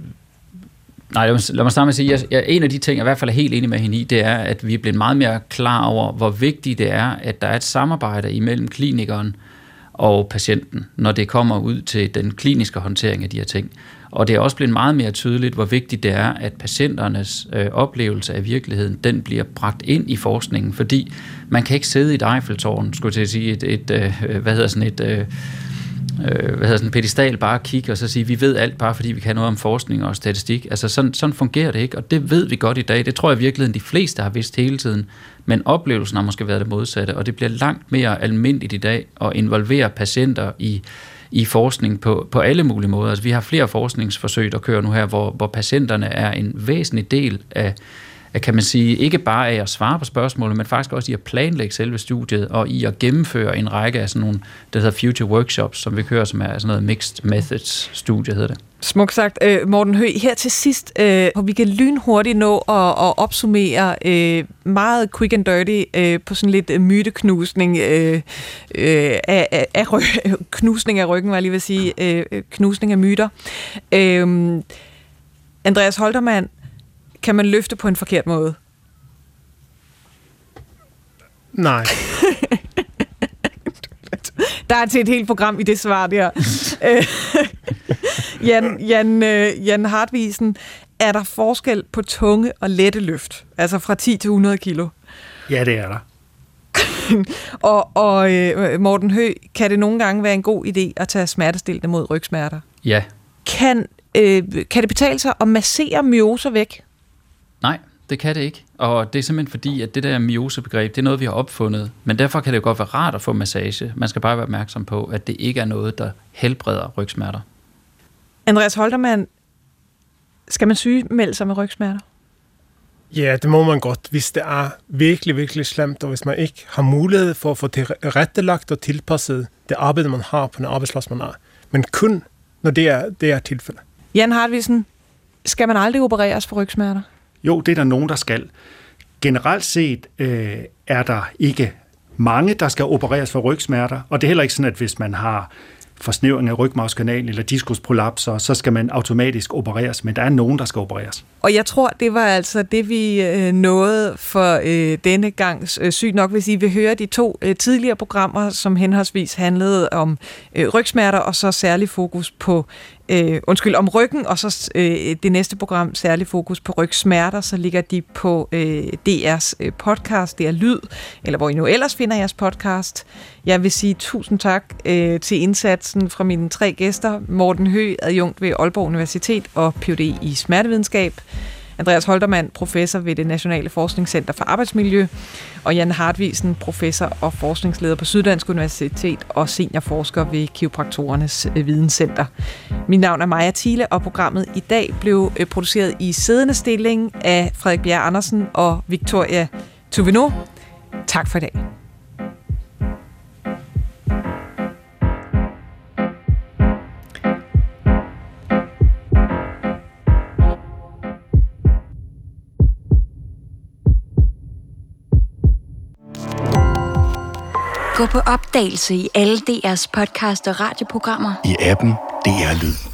Nej, lad mig, lad mig starte med at sige, jeg, jeg, en af de ting, jeg i hvert fald er helt enig med hende i, det er, at vi er blevet meget mere klar over, hvor vigtigt det er, at der er et samarbejde imellem klinikeren og patienten, når det kommer ud til den kliniske håndtering af de her ting. Og det er også blevet meget mere tydeligt, hvor vigtigt det er, at patienternes øh, oplevelse af virkeligheden, den bliver bragt ind i forskningen, fordi man kan ikke sidde i et Eiffeltårn, skulle jeg til at sige, et, et øh, hvad hedder sådan et, øh, øh, hvad hedder sådan et pedestal, bare kigge og så sige, vi ved alt bare, fordi vi kan noget om forskning og statistik. Altså sådan, sådan fungerer det ikke, og det ved vi godt i dag. Det tror jeg i virkeligheden, de fleste har vidst hele tiden, men oplevelsen har måske været det modsatte, og det bliver langt mere almindeligt i dag at involvere patienter i i forskning på, på alle mulige måder. Altså, vi har flere forskningsforsøg, der kører nu her, hvor, hvor patienterne er en væsentlig del af, af, kan man sige, ikke bare af at svare på spørgsmålet, men faktisk også i at planlægge selve studiet, og i at gennemføre en række af sådan nogle, der hedder future workshops, som vi kører, som er sådan noget mixed methods studie, hedder det. Smukt sagt. Morten Høgh, her til sidst, øh, hvor vi kan lynhurtigt nå at, at opsummere øh, meget quick and dirty øh, på sådan lidt myteknusning øh, øh, af, af, af ryg, knusning af ryggen, var jeg lige ved at sige, øh, knusning af myter. Øh, Andreas Holtermann, kan man løfte på en forkert måde? Nej. Der er til et helt program i det svar der. Jan, Jan, Jan Hartvigsen, er der forskel på tunge og lette løft? Altså fra ti til hundrede kilo? Ja, det er der. og og Morten Høgh, kan det nogle gange være en god idé at tage smertestillende mod rygsmerter? Ja. Kan, øh, kan det betale sig at massere myoser væk? Nej, det kan det ikke. Og det er simpelthen fordi, at det der myosebegreb, det er noget, vi har opfundet. Men derfor kan det jo godt være rart at få massage. Man skal bare være opmærksom på, at det ikke er noget, der helbreder rygsmerter. Andreas Holtermann, skal man sygemelde sig med rygsmerter? Ja, det må man godt, hvis det er virkelig, virkelig slemt, og hvis man ikke har mulighed for at få tilrettelagt og tilpasset det arbejde, man har på den arbejdsplads, man er. Men kun, når det er, det er tilfælde. Jan Hartvigsen, skal man aldrig opereres for rygsmerter? Jo, det er der nogen, der skal. Generelt set øh, er der ikke mange, der skal opereres for rygsmerter, og det er heller ikke sådan, at hvis man har forsnævring af rygmarvskanalen eller diskusprolapser, så skal man automatisk opereres, men der er nogen, der skal opereres. Og jeg tror, det var altså det, vi øh, nåede for øh, denne gang. Øh, sygt nok, hvis I vil høre de to øh, tidligere programmer, som henholdsvis handlede om øh, rygsmerter, og så særlig fokus på, øh, undskyld, om ryggen, og så øh, det næste program, særlig fokus på rygsmerter, så ligger de på øh, D R's øh, podcast, D R Lyd, eller hvor I nu ellers finder jeres podcast. Jeg vil sige tusind tak øh, til indsatsen fra mine tre gæster, Morten Høgh, adjunkt ved Aalborg Universitet og Ph D i smertevidenskab, Andreas Holtermann, professor ved det Nationale Forskningscenter for Arbejdsmiljø, og Jan Hartvigsen, professor og forskningsleder på Syddansk Universitet og seniorforsker ved Kiropraktorernes Videnscenter. Mit navn er Maja Thiele, og programmet i dag blev produceret i siddende stilling af Frederik Bjerre Andersen og Victoria Tuveno. Tak for i dag. Gå på opdagelse i alle D R's podcast og radioprogrammer. I appen D R Lyd.